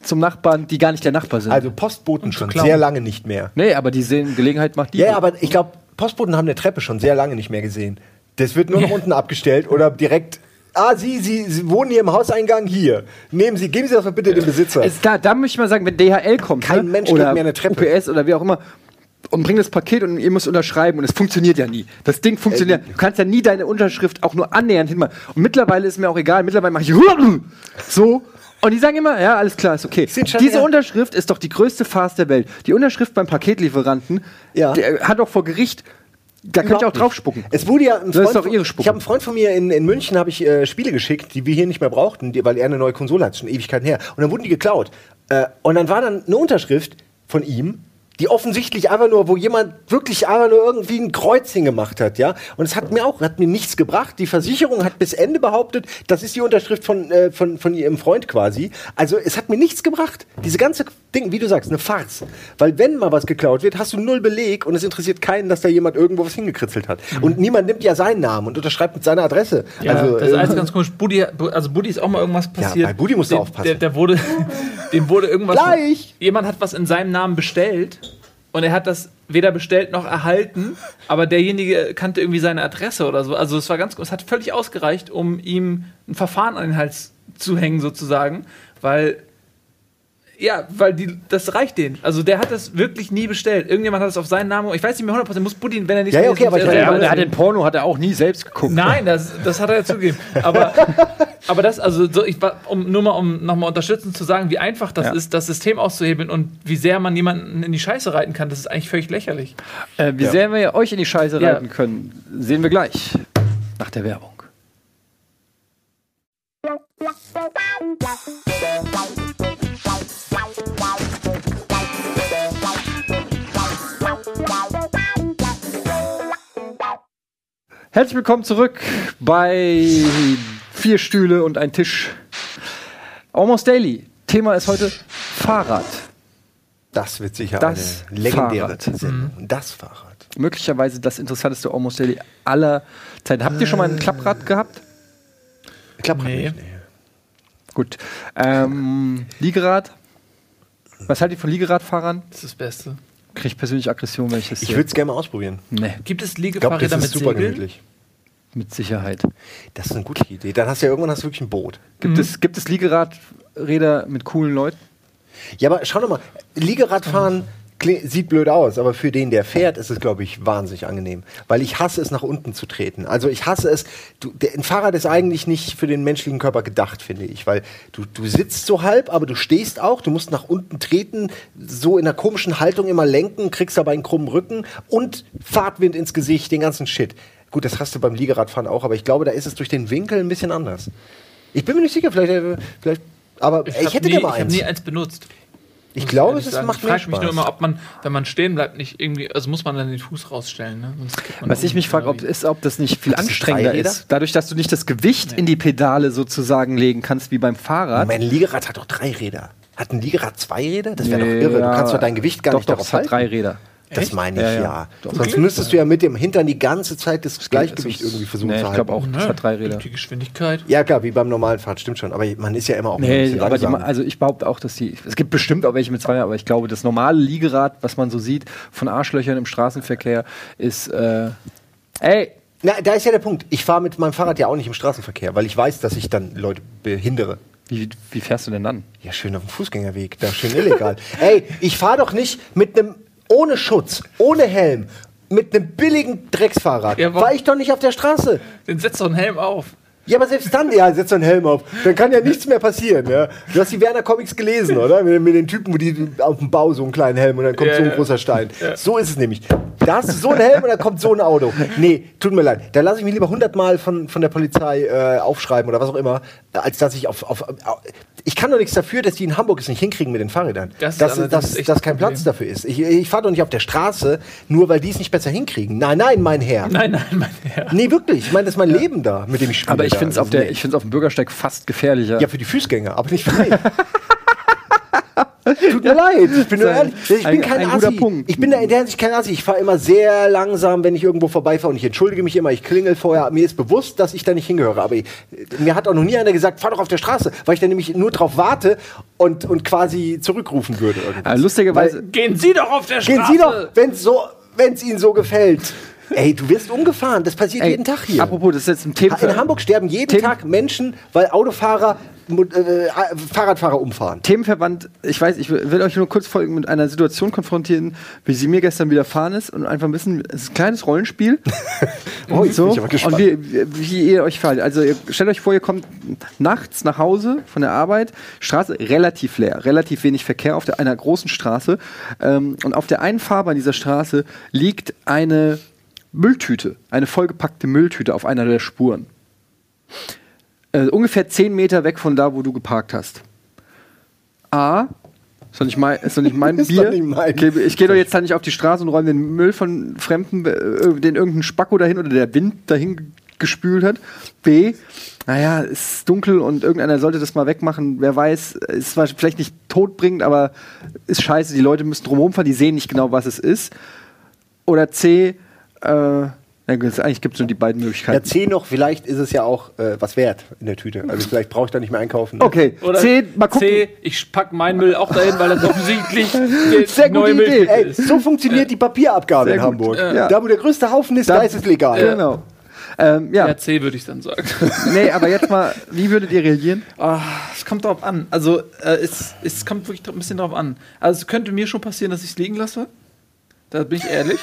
Speaker 1: zum Nachbarn, die gar nicht der Nachbar sind.
Speaker 3: Also Postboten schon
Speaker 2: klauen.
Speaker 3: sehr lange nicht mehr.
Speaker 1: nee, aber die sehen, Gelegenheit macht die.
Speaker 3: Ja, aber ich glaube, Postboten haben eine Treppe schon sehr lange nicht mehr gesehen. Das wird nur noch unten abgestellt oder direkt. Ah, Sie, Sie, Sie wohnen hier im Hauseingang hier. Nehmen Sie, geben Sie das mal bitte dem Besitzer.
Speaker 1: Es, da, da möchte ich mal sagen, wenn D H L kommt,
Speaker 3: Kein
Speaker 1: ne?
Speaker 3: Mensch
Speaker 1: oder
Speaker 3: kriegt mehr eine Treppe.
Speaker 1: U P S oder wie auch immer, und bringt das Paket und ihr müsst unterschreiben und es funktioniert ja nie. Das Ding funktioniert.
Speaker 3: Ey.
Speaker 1: Du kannst ja nie deine Unterschrift auch nur annähernd hinmachen. Und mittlerweile ist mir auch egal. Mittlerweile mache ich so. Und die sagen immer, ja, alles klar, ist okay.
Speaker 3: Sind schon-
Speaker 1: Diese
Speaker 3: ja.
Speaker 1: Unterschrift ist doch die größte Farce der Welt. Die Unterschrift beim Paketlieferanten,
Speaker 3: Ja.
Speaker 1: der hat doch vor Gericht, da könnt ihr auch drauf spucken.
Speaker 3: Es wurde ja ein
Speaker 1: Das ist
Speaker 3: Freund
Speaker 1: doch
Speaker 3: von-
Speaker 1: ihre Spucke.
Speaker 3: Ich habe einen Freund von mir in, in München, habe ich äh, Spiele geschickt, die wir hier nicht mehr brauchten, die, weil er eine neue Konsole hat, schon Ewigkeiten her. Und dann wurden die geklaut. Äh, und dann war dann eine Unterschrift von ihm, die offensichtlich einfach nur, wo jemand wirklich einfach nur irgendwie ein Kreuz hingemacht hat, ja. Und es hat mir auch, hat mir nichts gebracht. Die Versicherung hat bis Ende behauptet, das ist die Unterschrift von, äh, von, von ihrem Freund quasi. Also es hat mir nichts gebracht. Diese ganze Ding, wie du sagst, eine Farce. Weil wenn mal was geklaut wird, hast du null Beleg und es interessiert keinen, dass da jemand irgendwo was hingekritzelt hat.
Speaker 1: Mhm.
Speaker 3: Und niemand nimmt ja seinen Namen und unterschreibt mit seiner Adresse.
Speaker 2: Ja,
Speaker 3: also,
Speaker 2: das ist
Speaker 3: äh,
Speaker 2: alles ganz komisch. Buddy, also Buddy ist auch mal irgendwas passiert.
Speaker 3: bei Buddy musst du
Speaker 2: Dem-
Speaker 3: aufpassen.
Speaker 2: Der, der wurde, dem wurde irgendwas.
Speaker 3: Gleich.
Speaker 2: Jemand hat was in seinem Namen bestellt und er hat das weder bestellt noch erhalten, aber derjenige kannte irgendwie seine Adresse oder so. Also es war ganz, es hat völlig ausgereicht, um ihm ein Verfahren an den Hals zu hängen sozusagen, weil ja, weil die, das reicht denen. Also der hat das wirklich nie bestellt. Irgendjemand hat es auf seinen Namen. Ich weiß nicht mehr hundert Prozent. Muss Buddy, wenn er nicht
Speaker 3: Ja, ja,
Speaker 2: so
Speaker 3: okay, aber ich
Speaker 2: er
Speaker 3: meine,
Speaker 1: Ja,
Speaker 2: selber
Speaker 1: aber der hat
Speaker 2: ist-
Speaker 1: den Porno hat er auch nie selbst geguckt.
Speaker 2: Nein, das, das hat er ja zugegeben. Aber, aber das, also so, ich, war- um, nur mal, um nochmal unterstützend zu sagen, wie einfach das
Speaker 1: Ja.
Speaker 2: ist, das System auszuhebeln und wie sehr man jemanden in die Scheiße reiten kann, das ist eigentlich völlig lächerlich.
Speaker 1: Äh, wie
Speaker 3: Ja.
Speaker 1: sehr wir euch in die Scheiße
Speaker 2: Ja.
Speaker 1: reiten können, sehen wir gleich. Nach der Werbung. Herzlich willkommen zurück bei Vier Stühle und ein Tisch. Almost Daily. Thema ist heute Fahrrad.
Speaker 3: das wird sicher
Speaker 1: Das
Speaker 3: eine legendäre
Speaker 1: Fahrrad.
Speaker 3: Sendung. Das Fahrrad.
Speaker 1: Möglicherweise das interessanteste Almost Daily aller Zeiten. Habt ihr schon mal ein Klapprad gehabt?
Speaker 3: Klappt
Speaker 2: Nee.
Speaker 3: nicht. Nee.
Speaker 1: Gut. Ähm, Liegerad. Was haltet ihr von Liegeradfahrern?
Speaker 2: Das ist das Beste.
Speaker 1: Kriege ich persönlich Aggression, wenn ich das
Speaker 3: Ich
Speaker 1: sehe.
Speaker 3: würde es gerne mal ausprobieren.
Speaker 1: Nee,
Speaker 2: Gibt es
Speaker 3: Ich glaube,
Speaker 2: Liegefahrräder
Speaker 3: das
Speaker 2: mit
Speaker 3: ist super
Speaker 2: Segeln?
Speaker 3: gemütlich.
Speaker 1: mit Sicherheit.
Speaker 3: Das ist eine gute Idee. Dann hast du ja irgendwann hast du wirklich ein Boot.
Speaker 1: Gibt, es, gibt es Liegeradräder mit coolen Leuten?
Speaker 3: Ja, aber schau doch mal, Liegeradfahren kli- sieht blöd aus, aber für den, der fährt, ist es, glaube ich, wahnsinnig angenehm. Weil ich hasse es, nach unten zu treten. Also ich hasse es, du, der, ein Fahrrad ist eigentlich nicht für den menschlichen Körper gedacht, finde ich. Weil du, du sitzt so halb, aber du stehst auch, du musst nach unten treten, so in einer komischen Haltung immer lenken, kriegst dabei einen krummen Rücken und Fahrtwind ins Gesicht, den ganzen Shit. Gut, das hast du beim Liegeradfahren auch, aber ich glaube, da ist es durch den Winkel ein bisschen anders. Ich bin mir nicht sicher, vielleicht, äh, vielleicht aber ich,
Speaker 2: hab
Speaker 3: hätte
Speaker 2: nie,
Speaker 3: gerne mal
Speaker 2: Ich habe
Speaker 3: eins.
Speaker 2: nie eins benutzt.
Speaker 3: Ich
Speaker 2: muss
Speaker 3: glaube,
Speaker 2: ehrlich
Speaker 3: das
Speaker 2: sagen.
Speaker 3: macht
Speaker 2: ich
Speaker 3: mehr
Speaker 2: frage
Speaker 3: Spaß.
Speaker 2: mich nur immer, ob man, wenn man stehen bleibt, nicht irgendwie, also muss man dann den Fuß rausstellen. Ne? Sonst kippt man
Speaker 1: Was ich
Speaker 2: um,
Speaker 1: mich frage, ob,
Speaker 2: oder wie.
Speaker 1: ist, ob das nicht viel
Speaker 3: Gibt es
Speaker 1: anstrengender
Speaker 3: Dreiräder?
Speaker 1: ist. Dadurch, dass du nicht das Gewicht in die Pedale sozusagen legen kannst, wie beim Fahrrad.
Speaker 3: Mein Liegerad hat doch drei Räder. Hat ein Liegerad zwei Räder? Das wäre
Speaker 1: Nee,
Speaker 3: doch irre.
Speaker 1: ja.
Speaker 3: Du kannst doch dein Gewicht gar
Speaker 1: doch,
Speaker 3: nicht
Speaker 1: doch,
Speaker 3: darauf
Speaker 1: es hat
Speaker 3: halten.
Speaker 1: drei Räder.
Speaker 3: Das
Speaker 2: Echt?
Speaker 3: meine ich,
Speaker 1: Ja,
Speaker 3: ja.
Speaker 1: ja. Doch.
Speaker 3: Sonst müsstest du ja mit dem Hintern die ganze Zeit das Gleichgewicht
Speaker 1: Also,
Speaker 3: irgendwie versuchen
Speaker 1: nee,
Speaker 3: zu
Speaker 1: ich
Speaker 3: halten.
Speaker 1: glaube auch, das
Speaker 2: Ne?
Speaker 1: hat drei Räder.
Speaker 2: Die Geschwindigkeit.
Speaker 3: Ja, klar, wie beim normalen Fahrrad, stimmt schon. Aber man ist ja immer auch ein
Speaker 1: Nee,
Speaker 3: bisschen
Speaker 1: aber die,
Speaker 3: langsam.
Speaker 1: also ich behaupte auch, dass die. Es gibt bestimmt auch welche mit zwei, aber ich glaube, das normale Liegerad, was man so sieht von Arschlöchern im Straßenverkehr, ist. Äh, ey!
Speaker 3: Na, da ist ja der Punkt. Ich fahre mit meinem Fahrrad ja auch nicht im Straßenverkehr, weil ich weiß, dass ich dann Leute behindere.
Speaker 1: Wie, wie fährst du denn dann?
Speaker 3: Ja, schön auf dem Fußgängerweg, da schön illegal. Ey, ich fahre doch nicht mit einem ohne Schutz, ohne Helm, mit einem billigen Drecksfahrrad.
Speaker 2: Ja, warum-
Speaker 3: war ich doch nicht auf der Straße.
Speaker 2: Dann setzt doch einen Helm auf.
Speaker 3: Ja, aber selbst dann, ja, setz doch einen Helm auf. Dann kann ja nichts mehr passieren. Ja. Du hast die Werner-Comics gelesen, oder? Mit, mit den Typen, wo die auf dem Bau so einen kleinen Helm und dann kommt
Speaker 2: Ja,
Speaker 3: so ein
Speaker 2: ja.
Speaker 3: großer Stein. So ist es nämlich. Da hast du so einen Helm und dann kommt so ein Auto. Nee, tut mir leid. Da lasse ich mich lieber hundertmal von, von der Polizei äh, aufschreiben oder was auch immer, als dass ich auf, auf, auf. Ich kann doch nichts dafür, dass die in Hamburg es nicht hinkriegen mit den Fahrrädern.
Speaker 2: Das ist
Speaker 3: dass
Speaker 2: allerdings
Speaker 3: dass,
Speaker 2: echt
Speaker 3: dass
Speaker 2: das
Speaker 3: kein
Speaker 2: Problem.
Speaker 3: Platz dafür ist. Ich, ich fahre doch nicht auf der Straße, nur weil die es nicht besser hinkriegen. Nein, nein, mein Herr.
Speaker 2: Nein, nein, mein Herr.
Speaker 3: Nee, wirklich. Ich meine, das ist mein Leben da, mit dem ich spiele.
Speaker 1: Aber ich
Speaker 3: da.
Speaker 1: finde es auf,
Speaker 3: Also,
Speaker 1: der-
Speaker 3: nee.
Speaker 1: ich find's auf dem Bürgersteig fast gefährlicher.
Speaker 3: Ja, für die Fußgänger, aber nicht für mich. Tut mir leid, ich bin nur ehrlich. Ich bin
Speaker 1: ein,
Speaker 3: kein
Speaker 1: ein guter
Speaker 3: Assi.
Speaker 1: Punkt.
Speaker 3: Ich bin da in der Hinsicht kein Assi. Ich fahre immer sehr langsam, wenn ich irgendwo vorbeifahre und ich entschuldige mich immer, ich klingel vorher. Mir ist bewusst, dass ich da nicht hingehöre. Aber ich, mir hat auch noch nie einer gesagt, fahr doch auf der Straße, weil ich dann nämlich nur drauf warte und, und quasi zurückrufen würde.
Speaker 1: Also lustigerweise.
Speaker 3: Weil,
Speaker 2: Gehen Sie doch auf der Straße!
Speaker 3: gehen Sie doch, wenn es so, wenn's Ihnen so gefällt. Ey, du wirst umgefahren. Das passiert
Speaker 1: Ey,
Speaker 3: jeden Tag hier.
Speaker 1: Apropos, das ist jetzt ein Thema.
Speaker 3: In Hamburg sterben jeden
Speaker 1: Themen-
Speaker 3: Tag Menschen, weil Autofahrer äh, Fahrradfahrer umfahren.
Speaker 1: Themenverband, ich weiß, ich will will euch nur kurz folgen mit einer Situation konfrontieren, wie sie mir gestern widerfahren ist und einfach wissen, es ist ein kleines Rollenspiel.
Speaker 3: Oh, jetzt
Speaker 1: so,
Speaker 3: bin ich aber gespannt.
Speaker 1: und wie, wie ihr euch verhaltet. Also ihr stellt euch vor, ihr kommt nachts nach Hause von der Arbeit, Straße relativ leer, relativ wenig Verkehr auf der, einer großen Straße ähm, und auf der einen Fahrbahn dieser Straße liegt eine Mülltüte, eine vollgepackte Mülltüte auf einer der Spuren. Äh, ungefähr zehn Meter weg von da, wo du geparkt hast. A, ist doch nicht mein, ist doch nicht mein
Speaker 3: Ist
Speaker 1: Bier.
Speaker 3: doch nicht mein.
Speaker 1: Okay, ich gehe doch jetzt da nicht auf die Straße und räume den Müll von Fremden, äh, den irgendein Spacko dahin oder der Wind dahin gespült hat. B, naja, es ist dunkel und irgendeiner sollte das mal wegmachen. Wer weiß, ist zwar vielleicht nicht todbringend, aber ist scheiße. Die Leute müssen drumherum fahren, die sehen nicht genau, was es ist. Oder C, äh, ja, eigentlich gibt es nur die beiden
Speaker 3: Ja,
Speaker 1: Möglichkeiten.
Speaker 3: C noch, vielleicht ist es ja auch äh, was wert in der Tüte. Also vielleicht brauche ich da nicht mehr einkaufen. Ne?
Speaker 1: Okay,
Speaker 2: Oder
Speaker 1: C, mal gucken.
Speaker 2: C, ich pack meinen Müll auch dahin, weil das offensichtlich
Speaker 1: Sehr gute Idee.
Speaker 2: Mülltüte
Speaker 3: Ey,
Speaker 2: ist.
Speaker 3: so funktioniert die Papierabgabe
Speaker 1: Sehr
Speaker 3: in
Speaker 1: gut.
Speaker 3: Hamburg.
Speaker 1: Ja.
Speaker 3: Da, wo der größte Haufen ist, da,
Speaker 1: Da-
Speaker 3: ist es legal.
Speaker 1: Genau. Ähm, ja,
Speaker 2: Ja, C würde ich dann sagen.
Speaker 1: nee, aber jetzt mal, wie würdet ihr reagieren?
Speaker 2: Ah, es kommt drauf an. Also, äh, es, es kommt wirklich ein bisschen drauf an. Also, es könnte mir schon passieren, dass ich es liegen lasse. Da bin ich ehrlich.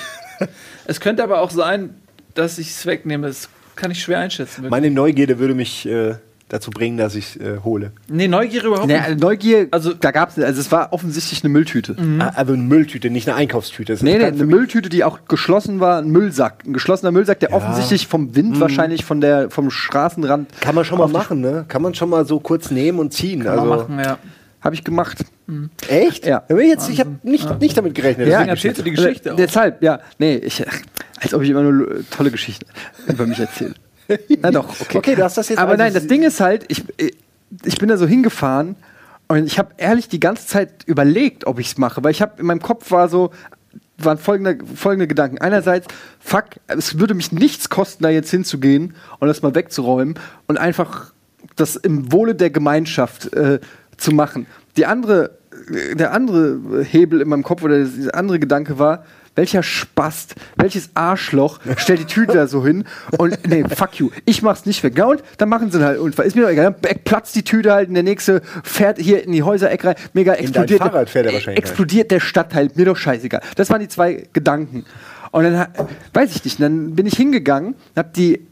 Speaker 2: Es könnte aber auch sein, dass ich es wegnehme. Das kann ich schwer einschätzen. wirklich.
Speaker 3: Meine Neugierde würde mich äh, dazu bringen, dass ich es äh, hole.
Speaker 2: Nee, Neugier überhaupt
Speaker 1: Nee,
Speaker 2: nicht.
Speaker 1: also Neugier,
Speaker 2: Also-
Speaker 1: also da gab's, also es war offensichtlich eine Mülltüte.
Speaker 3: Ah, also eine Mülltüte, nicht eine Einkaufstüte. Das
Speaker 1: Nee,
Speaker 3: ist
Speaker 1: nee,
Speaker 3: kein-
Speaker 1: eine Mülltüte, die auch geschlossen war, ein Müllsack. Ein geschlossener Müllsack, der offensichtlich vom Wind wahrscheinlich von der, vom Straßenrand.
Speaker 3: Kann man schon mal machen, ne? Kann man schon mal so kurz nehmen und ziehen.
Speaker 2: Kann
Speaker 3: also,
Speaker 2: man machen, ja.
Speaker 1: Habe ich gemacht.
Speaker 3: Echt?
Speaker 1: Ja.
Speaker 3: Da bin ich jetzt, ich habe nicht, nicht damit gerechnet.
Speaker 1: Ja,
Speaker 3: dass
Speaker 2: Deswegen
Speaker 3: ich-
Speaker 2: erzählst du die Geschichte
Speaker 1: Äh,
Speaker 2: auch.
Speaker 1: Deshalb, ja. Nee, ich, als ob ich immer nur tolle Geschichten über mich erzähle. Na doch, okay.
Speaker 3: Okay, du hast das jetzt
Speaker 1: Aber
Speaker 3: also-
Speaker 1: nein, das Ding ist halt, ich, ich bin da so hingefahren und ich habe ehrlich die ganze Zeit überlegt, ob ich es mache, weil ich habe in meinem Kopf war so waren folgende, folgende Gedanken. Einerseits, fuck, es würde mich nichts kosten, da jetzt hinzugehen und das mal wegzuräumen und einfach das im Wohle der Gemeinschaft äh, zu machen. Die andere, der andere Hebel in meinem Kopf oder der andere Gedanke war, welcher Spast, welches Arschloch stellt die Tüte da so hin und nee, fuck you, ich mach's nicht weg. Ja, und dann machen sie halt Unfall. Ist mir doch egal, dann platzt die Tüte halt und der nächste fährt hier in die Häuserecke rein, mega explodiert.
Speaker 3: dein Fahrrad fährt er
Speaker 1: äh,
Speaker 3: wahrscheinlich
Speaker 1: Explodiert der Stadtteil, mir doch scheißegal. Das waren die zwei Gedanken. Und dann, ha- weiß ich nicht, dann bin ich hingegangen, hab die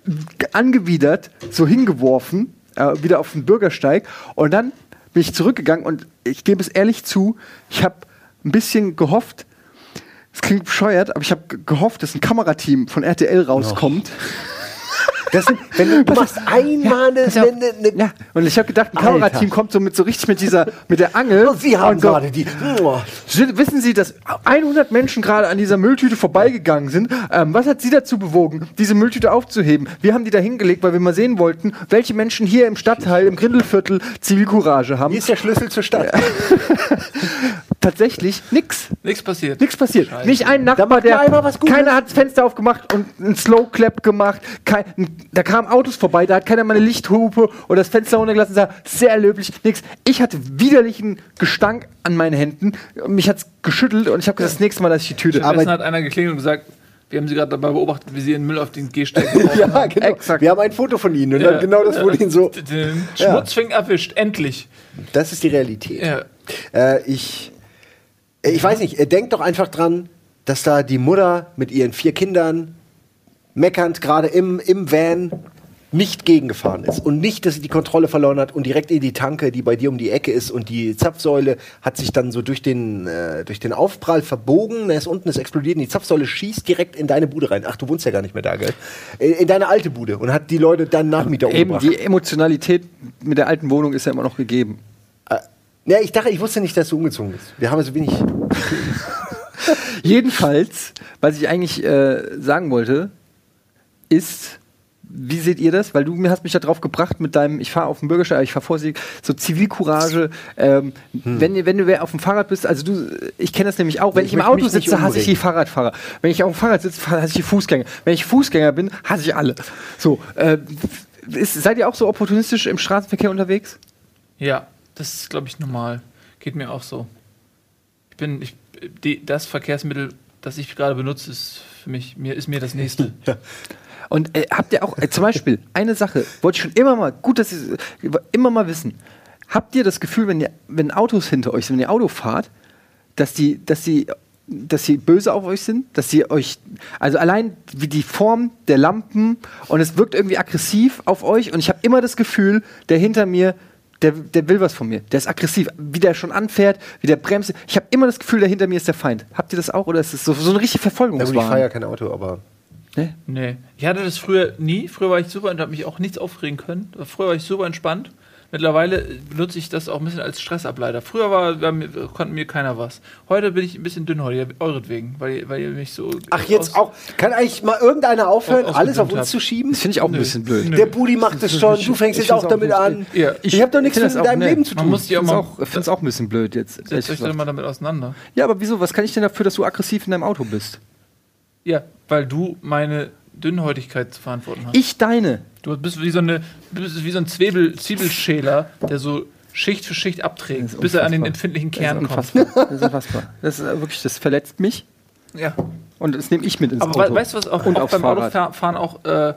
Speaker 1: angewidert so hingeworfen, äh, wieder auf den Bürgersteig und dann bin ich zurückgegangen und ich gebe es ehrlich zu, ich habe ein bisschen gehofft, es klingt bescheuert, aber ich habe gehofft, dass ein Kamerateam von R T L rauskommt.
Speaker 3: Das sind, wenn du, du machst einmal eine,
Speaker 1: Pass auf.
Speaker 3: eine, eine
Speaker 1: Ja, und ich habe gedacht, ein
Speaker 3: Alter.
Speaker 1: Kamerateam kommt so mit so richtig mit dieser mit der Angel.
Speaker 3: Oh, Sie haben
Speaker 1: und so,
Speaker 3: gerade die. Oh.
Speaker 1: Wissen Sie, dass hundert Menschen gerade an dieser Mülltüte vorbeigegangen sind? Ähm, was hat Sie dazu bewogen, diese Mülltüte aufzuheben? Wir haben die da hingelegt, weil wir mal sehen wollten, welche Menschen hier im Stadtteil, im Grindelviertel Zivilcourage haben.
Speaker 3: Hier ist der Schlüssel zur Stadt.
Speaker 1: Tatsächlich nix.
Speaker 2: Nichts passiert.
Speaker 1: Nichts passiert.
Speaker 2: Scheiße.
Speaker 1: Nicht ein
Speaker 3: Da
Speaker 1: Nachbar,
Speaker 3: macht
Speaker 1: der
Speaker 3: mal einmal was Gutes.
Speaker 1: keiner hat das Fenster aufgemacht und einen Slow Clap gemacht. Kein, da kamen Autos vorbei, da hat keiner meine Lichthupe oder das Fenster runtergelassen. Sah sehr löblich. Nix. Ich hatte widerlichen Gestank an meinen Händen. Mich hat's geschüttelt und ich habe gesagt, das nächste Mal, dass ich die Tüte.
Speaker 2: Aber hat einer geklingelt und gesagt, wir haben sie gerade dabei beobachtet, wie sie ihren Müll auf den Gehsteig geworfen
Speaker 3: Ja,
Speaker 2: haben.
Speaker 3: genau.
Speaker 1: Exakt.
Speaker 3: Wir haben ein Foto von Ihnen und
Speaker 2: Ja.
Speaker 3: dann genau das wurde Ihnen so.
Speaker 2: Den
Speaker 3: Ja.
Speaker 2: Schmutzfink erwischt, endlich.
Speaker 3: Das ist die Realität.
Speaker 2: Ja.
Speaker 3: Äh, ich, ich weiß nicht, äh, denkt doch einfach dran, dass da die Mutter mit ihren vier Kindern meckernd gerade im, im Van nicht gegengefahren ist und nicht, dass sie die Kontrolle verloren hat und direkt in die Tanke, die bei dir um die Ecke ist und die Zapfsäule hat sich dann so durch den, äh, durch den Aufprall verbogen, da ist unten, ist explodiert und die Zapfsäule schießt direkt in deine Bude rein. Ach, du wohnst ja gar nicht mehr da, gell? In, in deine alte Bude und hat die Leute dann Nachmieter
Speaker 1: Eben,
Speaker 3: umgebracht.
Speaker 1: die Emotionalität mit der alten Wohnung ist ja immer noch gegeben.
Speaker 3: Äh, ja, ich dachte, ich wusste nicht, dass du umgezogen bist. Wir haben so wenig.
Speaker 1: Jedenfalls, was ich eigentlich äh, sagen wollte, ist, wie seht ihr das? Weil du mir hast mich da drauf gebracht mit deinem, ich fahre auf dem Bürgersteig, ich fahre vorsichtig, so Zivilcourage. Ähm, hm. wenn, wenn du auf dem Fahrrad bist, also du, ich kenne das nämlich auch, wenn ich, ich im Auto sitze, hasse ich die Fahrradfahrer. Wenn ich auf dem Fahrrad sitze, hasse ich die Fußgänger. Wenn ich Fußgänger bin, hasse ich alle. So, äh, ist, seid ihr auch so opportunistisch im Straßenverkehr unterwegs?
Speaker 2: Ja, das ist, glaube ich, normal. Geht mir auch so. Ich bin, ich, die, das Verkehrsmittel, das ich gerade benutze, ist für mich, mir, ist mir das nächste.
Speaker 1: Ja. Und äh, habt ihr auch, äh, zum Beispiel, eine Sache, wollte ich schon immer mal, gut, dass ihr immer mal wissen, habt ihr das Gefühl, wenn, ihr, wenn Autos hinter euch sind, wenn ihr Auto fahrt, dass die, dass die, dass sie böse auf euch sind, dass sie euch, also allein wie die Form der Lampen und es wirkt irgendwie aggressiv auf euch und ich habe immer das Gefühl, der hinter mir, der, der will was von mir, der ist aggressiv, wie der schon anfährt, wie der bremst, ich habe immer das Gefühl, der hinter mir ist der Feind. Habt ihr das auch oder ist es so, so eine richtige Verfolgungswahn?
Speaker 3: Ich fahre ja kein Auto, aber...
Speaker 2: Nee? Nee. Ich hatte das früher nie. Früher war ich super und habe mich auch nichts aufregen können. Früher war ich super entspannt. Mittlerweile benutze ich das auch ein bisschen als Stressableiter. Früher war, war mir, konnte mir keiner was. Heute bin ich ein bisschen dünnhäutiger, euretwegen, weil, weil ihr mich so...
Speaker 3: Ach, jetzt auch... Kann eigentlich mal irgendeiner aufhören, alles auf uns
Speaker 2: habt.
Speaker 3: zu schieben?
Speaker 1: Das finde ich auch ein
Speaker 2: Nö.
Speaker 1: bisschen blöd.
Speaker 2: Nö.
Speaker 3: Der Budi macht es schon, du fängst jetzt auch damit an.
Speaker 1: Ja,
Speaker 3: ich ich habe doch nichts mit deinem
Speaker 1: nee.
Speaker 3: Leben zu tun.
Speaker 2: Man muss die
Speaker 1: Ich
Speaker 2: auch
Speaker 1: finde
Speaker 2: mal...
Speaker 1: auch, find's auch ein bisschen blöd jetzt.
Speaker 2: Setzt euch dann mal damit auseinander.
Speaker 1: Ja, aber wieso? Was kann ich denn dafür, dass du aggressiv in deinem Auto bist?
Speaker 2: Ja, weil du meine Dünnhäutigkeit zu verantworten hast.
Speaker 1: Ich deine.
Speaker 2: Du bist wie so, eine, bist wie so ein Zwiebel, Zwiebelschäler, der so Schicht für Schicht abträgt, bis er an den empfindlichen Kern
Speaker 1: das
Speaker 2: kommt.
Speaker 1: Das ist unfassbar. Das ist wirklich, das verletzt mich.
Speaker 2: Ja.
Speaker 1: Und das nehme ich mit ins
Speaker 2: Aber
Speaker 1: Auto.
Speaker 2: we weißt du was, auch,
Speaker 1: und
Speaker 2: auch beim
Speaker 1: Fahrrad.
Speaker 2: Autofahren auch, äh,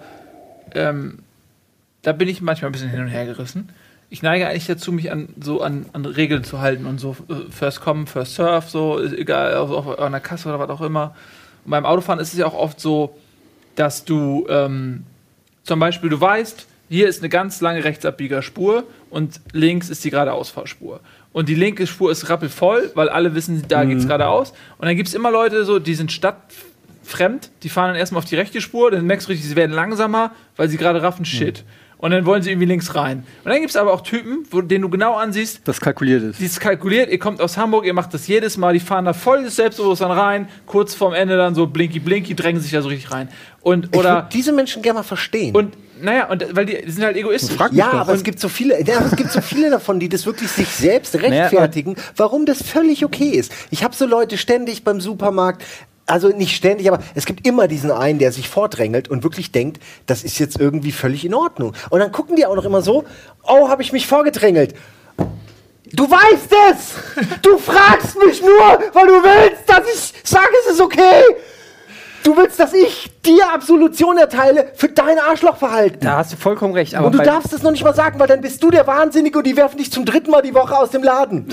Speaker 2: ähm, da bin ich manchmal ein bisschen hin und her gerissen. Ich neige eigentlich dazu, mich an so an, an Regeln zu halten und so äh, First Come, First Serve, so, ist egal, auf, auf einer Kasse oder was auch immer. Und beim Autofahren ist es ja auch oft so, dass du ähm, zum Beispiel, du weißt, hier ist eine ganz lange Rechtsabbiegerspur und links ist die geradeausfahrspur. Und die linke Spur ist rappelvoll, weil alle wissen, da mhm. geht's geradeaus. Und dann gibt es immer Leute, so, die sind stadtfremd, die fahren dann erstmal auf die rechte Spur, dann merkst du richtig, sie werden langsamer, weil sie gerade raffen, shit. Mhm. Und dann wollen sie irgendwie links rein. Und dann gibt es aber auch Typen, wo, denen du genau ansiehst,
Speaker 1: das kalkuliert ist.
Speaker 2: Die ist kalkuliert, ihr kommt aus Hamburg, ihr macht das jedes Mal, die fahren da voll das Selbstbewusstsein rein, kurz vorm Ende dann so blinky blinky, drängen sich da so richtig rein. Und, oder,
Speaker 3: ich würde diese Menschen gerne mal verstehen.
Speaker 2: Und naja, und weil die, die sind halt egoistisch.
Speaker 3: Ja, aber und es gibt so viele, ja, es gibt so viele davon, die das wirklich sich selbst rechtfertigen, warum das völlig okay ist. Ich habe so Leute ständig beim Supermarkt. Also nicht ständig, aber es gibt immer diesen einen, der sich vordrängelt und wirklich denkt, das ist jetzt irgendwie völlig in Ordnung. Und dann gucken die auch noch immer so, oh, habe ich mich vorgedrängelt. Du weißt es! Du fragst mich nur, weil du willst, dass ich sage, es ist okay! Du willst, dass ich dir Absolution erteile für dein Arschlochverhalten.
Speaker 1: Da hast du vollkommen recht. Aber
Speaker 3: und du darfst es noch nicht mal sagen, weil dann bist du der Wahnsinnige und die werfen dich zum dritten Mal die Woche aus dem Laden.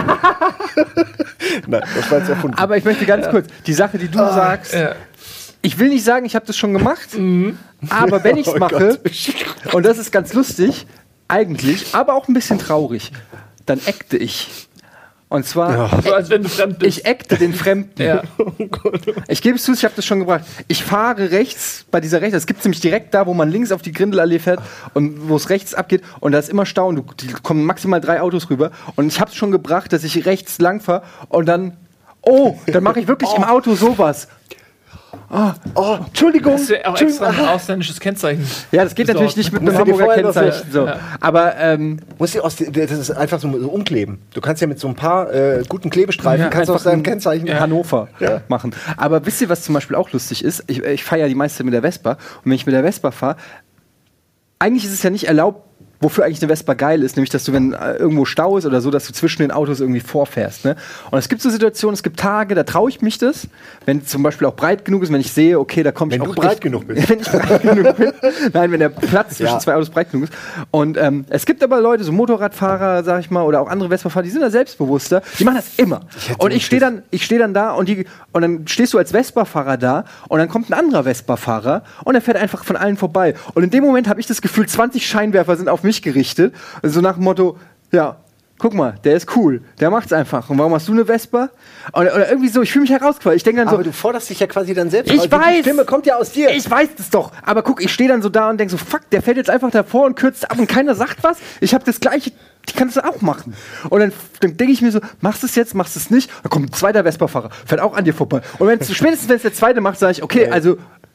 Speaker 3: Nein, das war jetzt erfunden.
Speaker 1: Aber ich möchte ganz ja. kurz, die Sache, die du ah, sagst, ja. ich will nicht sagen, ich habe das schon gemacht, mhm. aber wenn ich es mache, oh und das ist ganz lustig, eigentlich, aber auch ein bisschen traurig, dann acte ich. Und zwar,
Speaker 2: ja. so, als wenn du fremd bist.
Speaker 1: Ich acte den Fremden. Ja. Ich gebe es zu, ich habe das schon gebracht. Ich fahre rechts bei dieser Rechts. Es gibt nämlich direkt da, wo man links auf die Grindelallee fährt und wo es rechts abgeht. Und da ist immer Stau und du, die kommen maximal drei Autos rüber. Und ich habe es schon gebracht, dass ich rechts lang fahre und dann, oh, dann mache ich wirklich oh. im Auto sowas. Oh, oh, Entschuldigung.
Speaker 2: Das ist ja auch extra ein ausländisches Kennzeichen.
Speaker 1: Ja, das geht das natürlich nicht mit einem Hamburger Kennzeichen. So. Ja. Aber, ähm.
Speaker 3: Musst du aus, das ist einfach so, so umkleben. Du kannst ja mit so ein paar äh, guten Klebestreifen, ja, kannst du aus deinem Kennzeichen
Speaker 1: ja. Hannover ja. machen. Aber wisst ihr, was zum Beispiel auch lustig ist? Ich, ich fahre ja die meiste mit der Vespa. Und wenn ich mit der Vespa fahre, eigentlich ist es ja nicht erlaubt, wofür eigentlich eine Vespa geil ist, nämlich, dass du, wenn äh, irgendwo Stau ist oder so, dass du zwischen den Autos irgendwie vorfährst. Ne? Und es gibt so Situationen, es gibt Tage, da traue ich mich das, wenn zum Beispiel auch breit genug ist, wenn ich sehe, okay, da komme ich
Speaker 3: wenn
Speaker 1: auch...
Speaker 3: Wenn du breit genug bist.
Speaker 1: Wenn ich breit genug bin. Nein, wenn der Platz zwischen ja. zwei Autos breit genug ist. Und ähm, es gibt aber Leute, so Motorradfahrer, sag ich mal, oder auch andere Vespa-Fahrer, die sind da selbstbewusster, die machen das immer. Ich und ich stehe dann, ich steh dann da und, die, und dann stehst du als Vespa-Fahrer da und dann kommt ein anderer Vespa-Fahrer und er fährt einfach von allen vorbei. Und in dem Moment habe ich das Gefühl, zwanzig Scheinwerfer sind auf mich gerichtet. So nach dem Motto, ja, guck mal, der ist cool, der macht's einfach. Und warum hast du eine Vespa? Oder, oder irgendwie so, ich fühle mich herausgefordert. Ich denke dann so,
Speaker 3: aber du forderst dich ja quasi dann selbst.
Speaker 1: Ich also weiß.
Speaker 3: Die Stimme kommt ja aus dir.
Speaker 1: Ich weiß das doch. Aber guck, ich stehe dann so da und denke so, fuck, der fährt jetzt einfach davor und kürzt ab und keiner sagt was. Ich habe das Gleiche, die kann das auch machen. Und dann, dann denke ich mir so, machst du es jetzt, machst du es nicht? Dann kommt ein zweiter Vespa-Fahrer, fährt auch an dir vorbei. Und wenn spätestens wenn es der zweite macht, sage ich, okay, also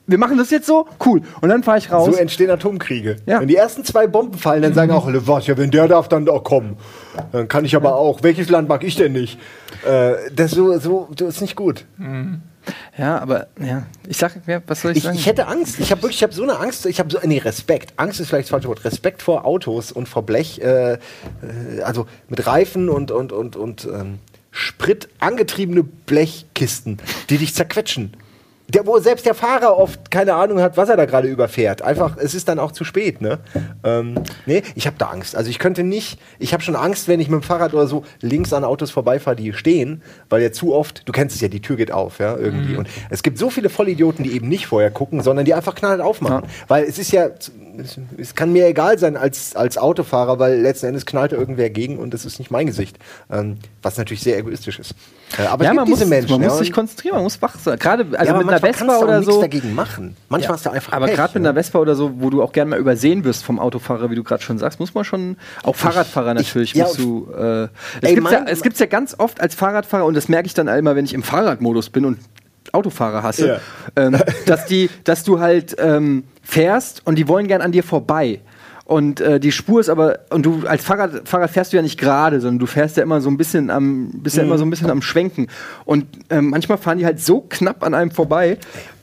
Speaker 1: wir machen das jetzt so, cool. Und dann fahre ich raus.
Speaker 3: So entstehen Atomkriege.
Speaker 1: Ja.
Speaker 3: Wenn die ersten zwei Bomben fallen, dann sagen auch alle, was, ja, wenn der darf, dann doch kommen. Dann kann ich aber auch. Welches Land mag ich denn nicht? Äh, das, so, so, das ist nicht gut.
Speaker 1: Ja, aber ja, ich sag, ja, was soll ich,
Speaker 3: Ich,
Speaker 1: sagen?
Speaker 3: ich hätte Angst. Ich habe wirklich, ich habe so eine Angst. Ich habe so, nee, Respekt. Angst ist vielleicht das falsche Wort. Respekt vor Autos und vor Blech, äh, äh, also mit Reifen und und und und ähm, Sprit angetriebene Blechkisten, die dich zerquetschen. Der, wo selbst der Fahrer oft keine Ahnung hat, was er da gerade überfährt. Einfach, es ist dann auch zu spät, ne? Ähm, nee, ich habe da Angst. Also ich könnte nicht, ich habe schon Angst, wenn ich mit dem Fahrrad oder so links an Autos vorbeifahre, die stehen, weil ja zu oft, du kennst es ja, die Tür geht auf, ja, irgendwie. Mhm. Und es gibt so viele Vollidioten, die eben nicht vorher gucken, sondern die einfach knallhart aufmachen. Ja. Weil es ist ja, es, es kann mir egal sein als, als Autofahrer, weil letzten Endes knallt da irgendwer gegen und das ist nicht mein Gesicht. Ähm, was natürlich sehr egoistisch ist. Äh, aber
Speaker 1: ja,
Speaker 3: es gibt
Speaker 1: man
Speaker 3: diese
Speaker 1: muss,
Speaker 3: Menschen.
Speaker 1: man
Speaker 3: ja,
Speaker 1: muss sich konzentrieren, man muss wach sein. Gerade also
Speaker 3: ja,
Speaker 1: mit einer Vespa oder so.
Speaker 3: dagegen machen. Manchmal
Speaker 1: Ja.
Speaker 3: hast du einfach
Speaker 1: Aber
Speaker 3: Pech,
Speaker 1: gerade mit
Speaker 3: ne?
Speaker 1: einer Vespa oder so, wo du auch gerne mal übersehen wirst vom Autofahrer, wie du gerade schon sagst, muss man schon, auch Fahrradfahrer natürlich,
Speaker 3: ich- ja,
Speaker 1: musst du, äh, es
Speaker 3: Ey,
Speaker 1: gibt's ja,
Speaker 3: mein-
Speaker 1: es gibt's ja ganz oft als Fahrradfahrer, und das merke ich dann immer, wenn ich im Fahrradmodus bin und Autofahrer hasse,
Speaker 3: Ja.
Speaker 1: ähm, dass die, dass du halt ähm, fährst und die wollen gern an dir vorbei. Und äh, die Spur ist aber, und du als Fahrradfahrer fährst du ja nicht gerade, sondern du fährst ja immer so ein bisschen am, bist ja immer so ein bisschen am Schwenken. Und ähm, manchmal fahren die halt so knapp an einem vorbei.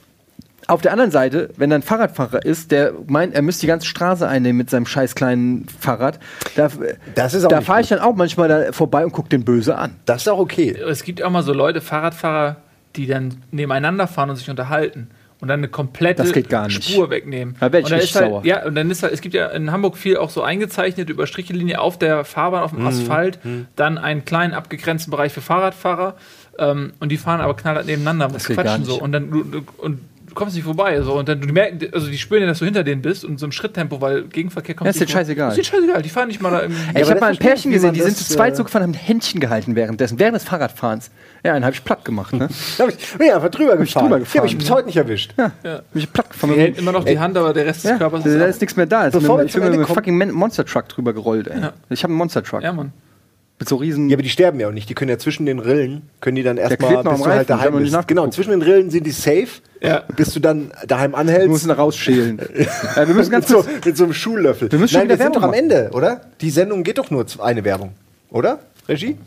Speaker 1: Auf der anderen Seite, wenn da ein Fahrradfahrer ist, der meint, er müsste die ganze Straße einnehmen mit seinem scheiß kleinen Fahrrad, da,
Speaker 3: Das ist auch
Speaker 1: da
Speaker 3: nicht
Speaker 1: fahre ich
Speaker 3: gut.
Speaker 1: dann auch manchmal da vorbei und gucke den böse an.
Speaker 3: Das ist auch okay.
Speaker 2: Es gibt auch mal so Leute, Fahrradfahrer, die dann nebeneinander fahren und sich unterhalten und dann eine komplette
Speaker 1: Das geht gar nicht.
Speaker 2: Spur wegnehmen.
Speaker 1: Da werd ich
Speaker 2: und dann
Speaker 1: richtig
Speaker 2: ist halt,
Speaker 1: sauer.
Speaker 2: ja, und dann ist halt, es gibt ja in Hamburg viel auch so eingezeichnet über Strichelinie auf der Fahrbahn, auf dem
Speaker 1: Mhm.
Speaker 2: Asphalt, dann einen kleinen abgegrenzten Bereich für Fahrradfahrer ähm, und die fahren aber knallhart nebeneinander und
Speaker 1: Das geht gar
Speaker 2: quatschen
Speaker 1: nicht.
Speaker 2: so und dann du, du, und du kommst nicht vorbei so und dann du merken, also die spüren ja, dass du hinter denen bist und so im Schritttempo, weil Gegenverkehr kommt.
Speaker 1: Ja, ist
Speaker 2: nicht
Speaker 1: denen
Speaker 2: vor.
Speaker 1: scheißegal.
Speaker 2: Ist denen scheißegal, die fahren nicht mal da irgendwie.
Speaker 1: Ey,
Speaker 3: aber
Speaker 1: ich habe
Speaker 3: das
Speaker 1: mal ein
Speaker 3: verstehe ich,
Speaker 1: Pärchen
Speaker 3: wie
Speaker 1: gesehen,
Speaker 3: man
Speaker 1: die sind
Speaker 3: das,
Speaker 1: zu zweit
Speaker 3: äh,
Speaker 1: so gefahren, haben Händchen gehalten währenddessen, während des Fahrradfahrens. Ja, einen habe ich platt gemacht, ne?
Speaker 3: Da hab ich, bin ich einfach drüber gefahren.
Speaker 1: drüber
Speaker 3: Die habe ich
Speaker 1: gefahren.
Speaker 3: bis heute nicht erwischt.
Speaker 1: Ja,
Speaker 2: Ja.
Speaker 1: hab ich platt gefahren.
Speaker 2: Die hält immer noch die Hand, aber der Rest des
Speaker 1: Ja,
Speaker 2: Körpers
Speaker 1: da
Speaker 2: ist
Speaker 1: ist nichts mehr da. Ist
Speaker 3: Bevor
Speaker 1: mit,
Speaker 3: wir
Speaker 1: ich
Speaker 3: zum
Speaker 1: bin mit
Speaker 3: Ende
Speaker 1: einem fucking Monster Truck drüber gerollt, ey.
Speaker 2: Ja.
Speaker 1: Ich habe einen Monster Truck.
Speaker 2: Ja, Mann.
Speaker 1: Mit so riesen.
Speaker 3: Ja, aber die sterben ja auch nicht. Die können ja zwischen den Rillen, können die dann
Speaker 1: klebt
Speaker 3: erstmal,
Speaker 1: noch
Speaker 3: bis
Speaker 1: am
Speaker 3: du halt
Speaker 1: Reifen, ich hab
Speaker 3: daheim
Speaker 1: noch nicht
Speaker 3: bist.
Speaker 1: nachgeguckt.
Speaker 3: Genau, zwischen den Rillen sind die safe,
Speaker 2: Ja.
Speaker 3: bis du dann daheim
Speaker 1: wir
Speaker 3: anhältst.
Speaker 1: müssen da rausschälen. ja, wir müssen ganz
Speaker 3: mit, so,
Speaker 1: kurz.
Speaker 3: mit so einem Schuhlöffel.
Speaker 1: Wir müssen schon
Speaker 3: Nein, wir
Speaker 1: wieder
Speaker 3: sind doch
Speaker 1: Werbung
Speaker 3: am Ende, oder? Die Sendung geht doch nur z- eine Werbung, oder? Regie?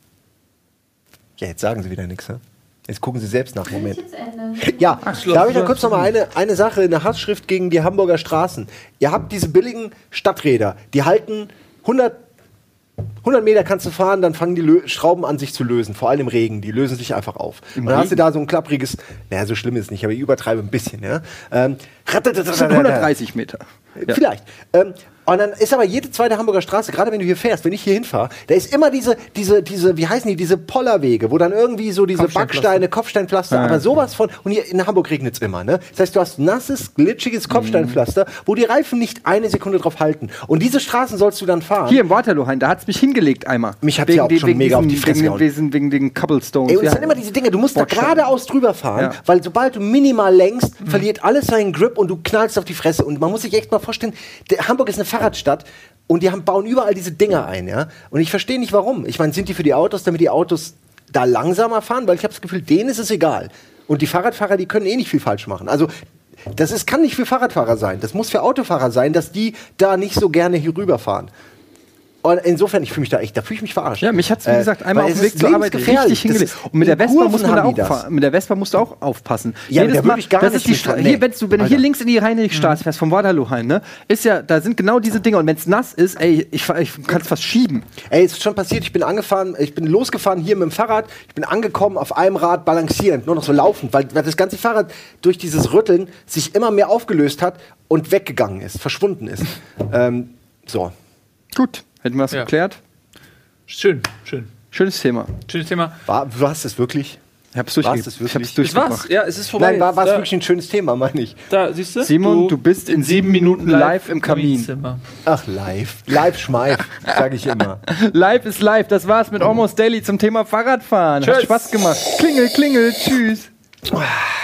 Speaker 3: Ja, jetzt sagen sie wieder nichts, ne? Jetzt gucken sie selbst nach. Moment.
Speaker 4: Jetzt Ende.
Speaker 3: Ja,
Speaker 2: Schluss.
Speaker 3: darf ich noch kurz noch mal eine, eine Sache, eine Hassschrift gegen die Hamburger Straßen. Ihr habt diese billigen Stadträder, die halten hundert, hundert Meter kannst du fahren, dann fangen die Lö Schrauben an sich zu lösen, vor allem im Regen, die lösen sich einfach auf. Und dann hast du da so ein klappriges, naja, so schlimm ist es nicht, aber ich übertreibe ein bisschen, ja. Ähm,
Speaker 1: Das sind hundertdreißig Meter. Ja.
Speaker 3: Vielleicht. Ähm, und dann ist aber jede zweite Hamburger Straße, gerade wenn du hier fährst, wenn ich hier hinfahre, da ist immer diese, diese, diese, wie heißen die, diese Pollerwege, wo dann irgendwie so diese
Speaker 1: Kopfsteinpflaster.
Speaker 3: Backsteine, Kopfsteinpflaster,
Speaker 1: Ja.
Speaker 3: aber sowas von, und hier in Hamburg regnet es immer, ne? Das heißt, du hast nasses, glitschiges Kopfsteinpflaster, wo die Reifen nicht eine Sekunde drauf halten. Und diese Straßen sollst du dann fahren.
Speaker 1: Hier im Waterloo-Hain, da hat es mich hingelegt einmal.
Speaker 3: Mich hat's
Speaker 1: Wegen
Speaker 3: ja auch
Speaker 1: die-
Speaker 3: schon
Speaker 1: wegen
Speaker 3: mega auf die
Speaker 1: diesen-
Speaker 3: Fresse
Speaker 1: wegen,
Speaker 3: gehauen.
Speaker 1: wegen, wegen den Cobblestones.
Speaker 3: Ey, und es
Speaker 1: Ja.
Speaker 3: sind immer diese Dinge, du musst da
Speaker 1: Bordsteine.
Speaker 3: geradeaus drüber fahren,
Speaker 1: Ja.
Speaker 3: weil sobald du minimal lenkst, verliert alles seinen Grip und du knallst auf die Fresse. Und man muss sich echt mal vorstellen, der, Hamburg ist eine Fahrradstadt und die haben, bauen überall diese Dinger ein, ja. Und ich verstehe nicht warum. Ich meine, sind die für die Autos, damit die Autos da langsamer fahren? Weil ich habe das Gefühl, denen ist es egal. Und die Fahrradfahrer, die können eh nicht viel falsch machen. Also das ist, kann nicht für Fahrradfahrer sein. Das muss für Autofahrer sein, dass die da nicht so gerne hier rüberfahren. Und insofern, ich fühle mich da echt, da fühle ich mich verarscht.
Speaker 1: Ja, mich hat es, wie
Speaker 3: Äh,
Speaker 1: gesagt, einmal
Speaker 3: weil
Speaker 1: auf
Speaker 3: es
Speaker 1: dem Weg
Speaker 3: ist
Speaker 1: zur Arbeit
Speaker 3: lebensgefährlich.
Speaker 1: richtig hingelegt.
Speaker 3: Das ist-
Speaker 1: Und mit der
Speaker 3: in
Speaker 1: Vespa
Speaker 3: Kurven
Speaker 1: musst man da
Speaker 3: haben
Speaker 1: auch
Speaker 3: die das.
Speaker 1: fahren. Mit der Vespa musst du auch aufpassen.
Speaker 3: Ja, mit der würde ich gar
Speaker 1: das
Speaker 3: nicht
Speaker 1: ist die
Speaker 3: mit-
Speaker 1: Stra
Speaker 3: nee.
Speaker 1: hier, wenn du, wenn du hier
Speaker 3: Alter.
Speaker 1: links in die Heinrichstraße fährst, vom Waterloo-Hain, ne, ist ja, da sind genau diese Dinge. Und wenn es nass ist, ey, ich, fahr- ich kann es fast schieben.
Speaker 3: Ey, es ist schon passiert, ich bin angefahren, ich bin losgefahren hier mit dem Fahrrad, ich bin angekommen auf einem Rad balancierend, nur noch so laufend, weil, weil das ganze Fahrrad durch dieses Rütteln sich immer mehr aufgelöst hat und weggegangen ist, verschwunden ist. ähm, so.
Speaker 1: Gut, hätten wir es
Speaker 2: Ja.
Speaker 1: geklärt.
Speaker 2: Schön, schön.
Speaker 1: Schönes Thema.
Speaker 2: Schönes Thema.
Speaker 3: War, war es das wirklich?
Speaker 1: Ich hab's,
Speaker 3: War's
Speaker 1: durchge
Speaker 3: das
Speaker 1: ich
Speaker 3: wirklich?
Speaker 1: hab's
Speaker 2: Das
Speaker 1: durchgebracht.
Speaker 2: war's. Ja, es ist vorbei.
Speaker 3: Nein, war es
Speaker 2: da,
Speaker 3: wirklich ein schönes Thema, meine ich.
Speaker 2: Da, siehst du?
Speaker 1: Simon, du bist in sieben Minuten live im Kamin.
Speaker 2: Kaminzimmer.
Speaker 3: Ach, live. Live Schmeif, sage ich immer.
Speaker 1: Live ist live. Das war's mit Almost Daily zum Thema Fahrradfahren. Hat
Speaker 2: Tschüss.
Speaker 1: Spaß gemacht. Klingel, klingel. Tschüss.
Speaker 3: Ah.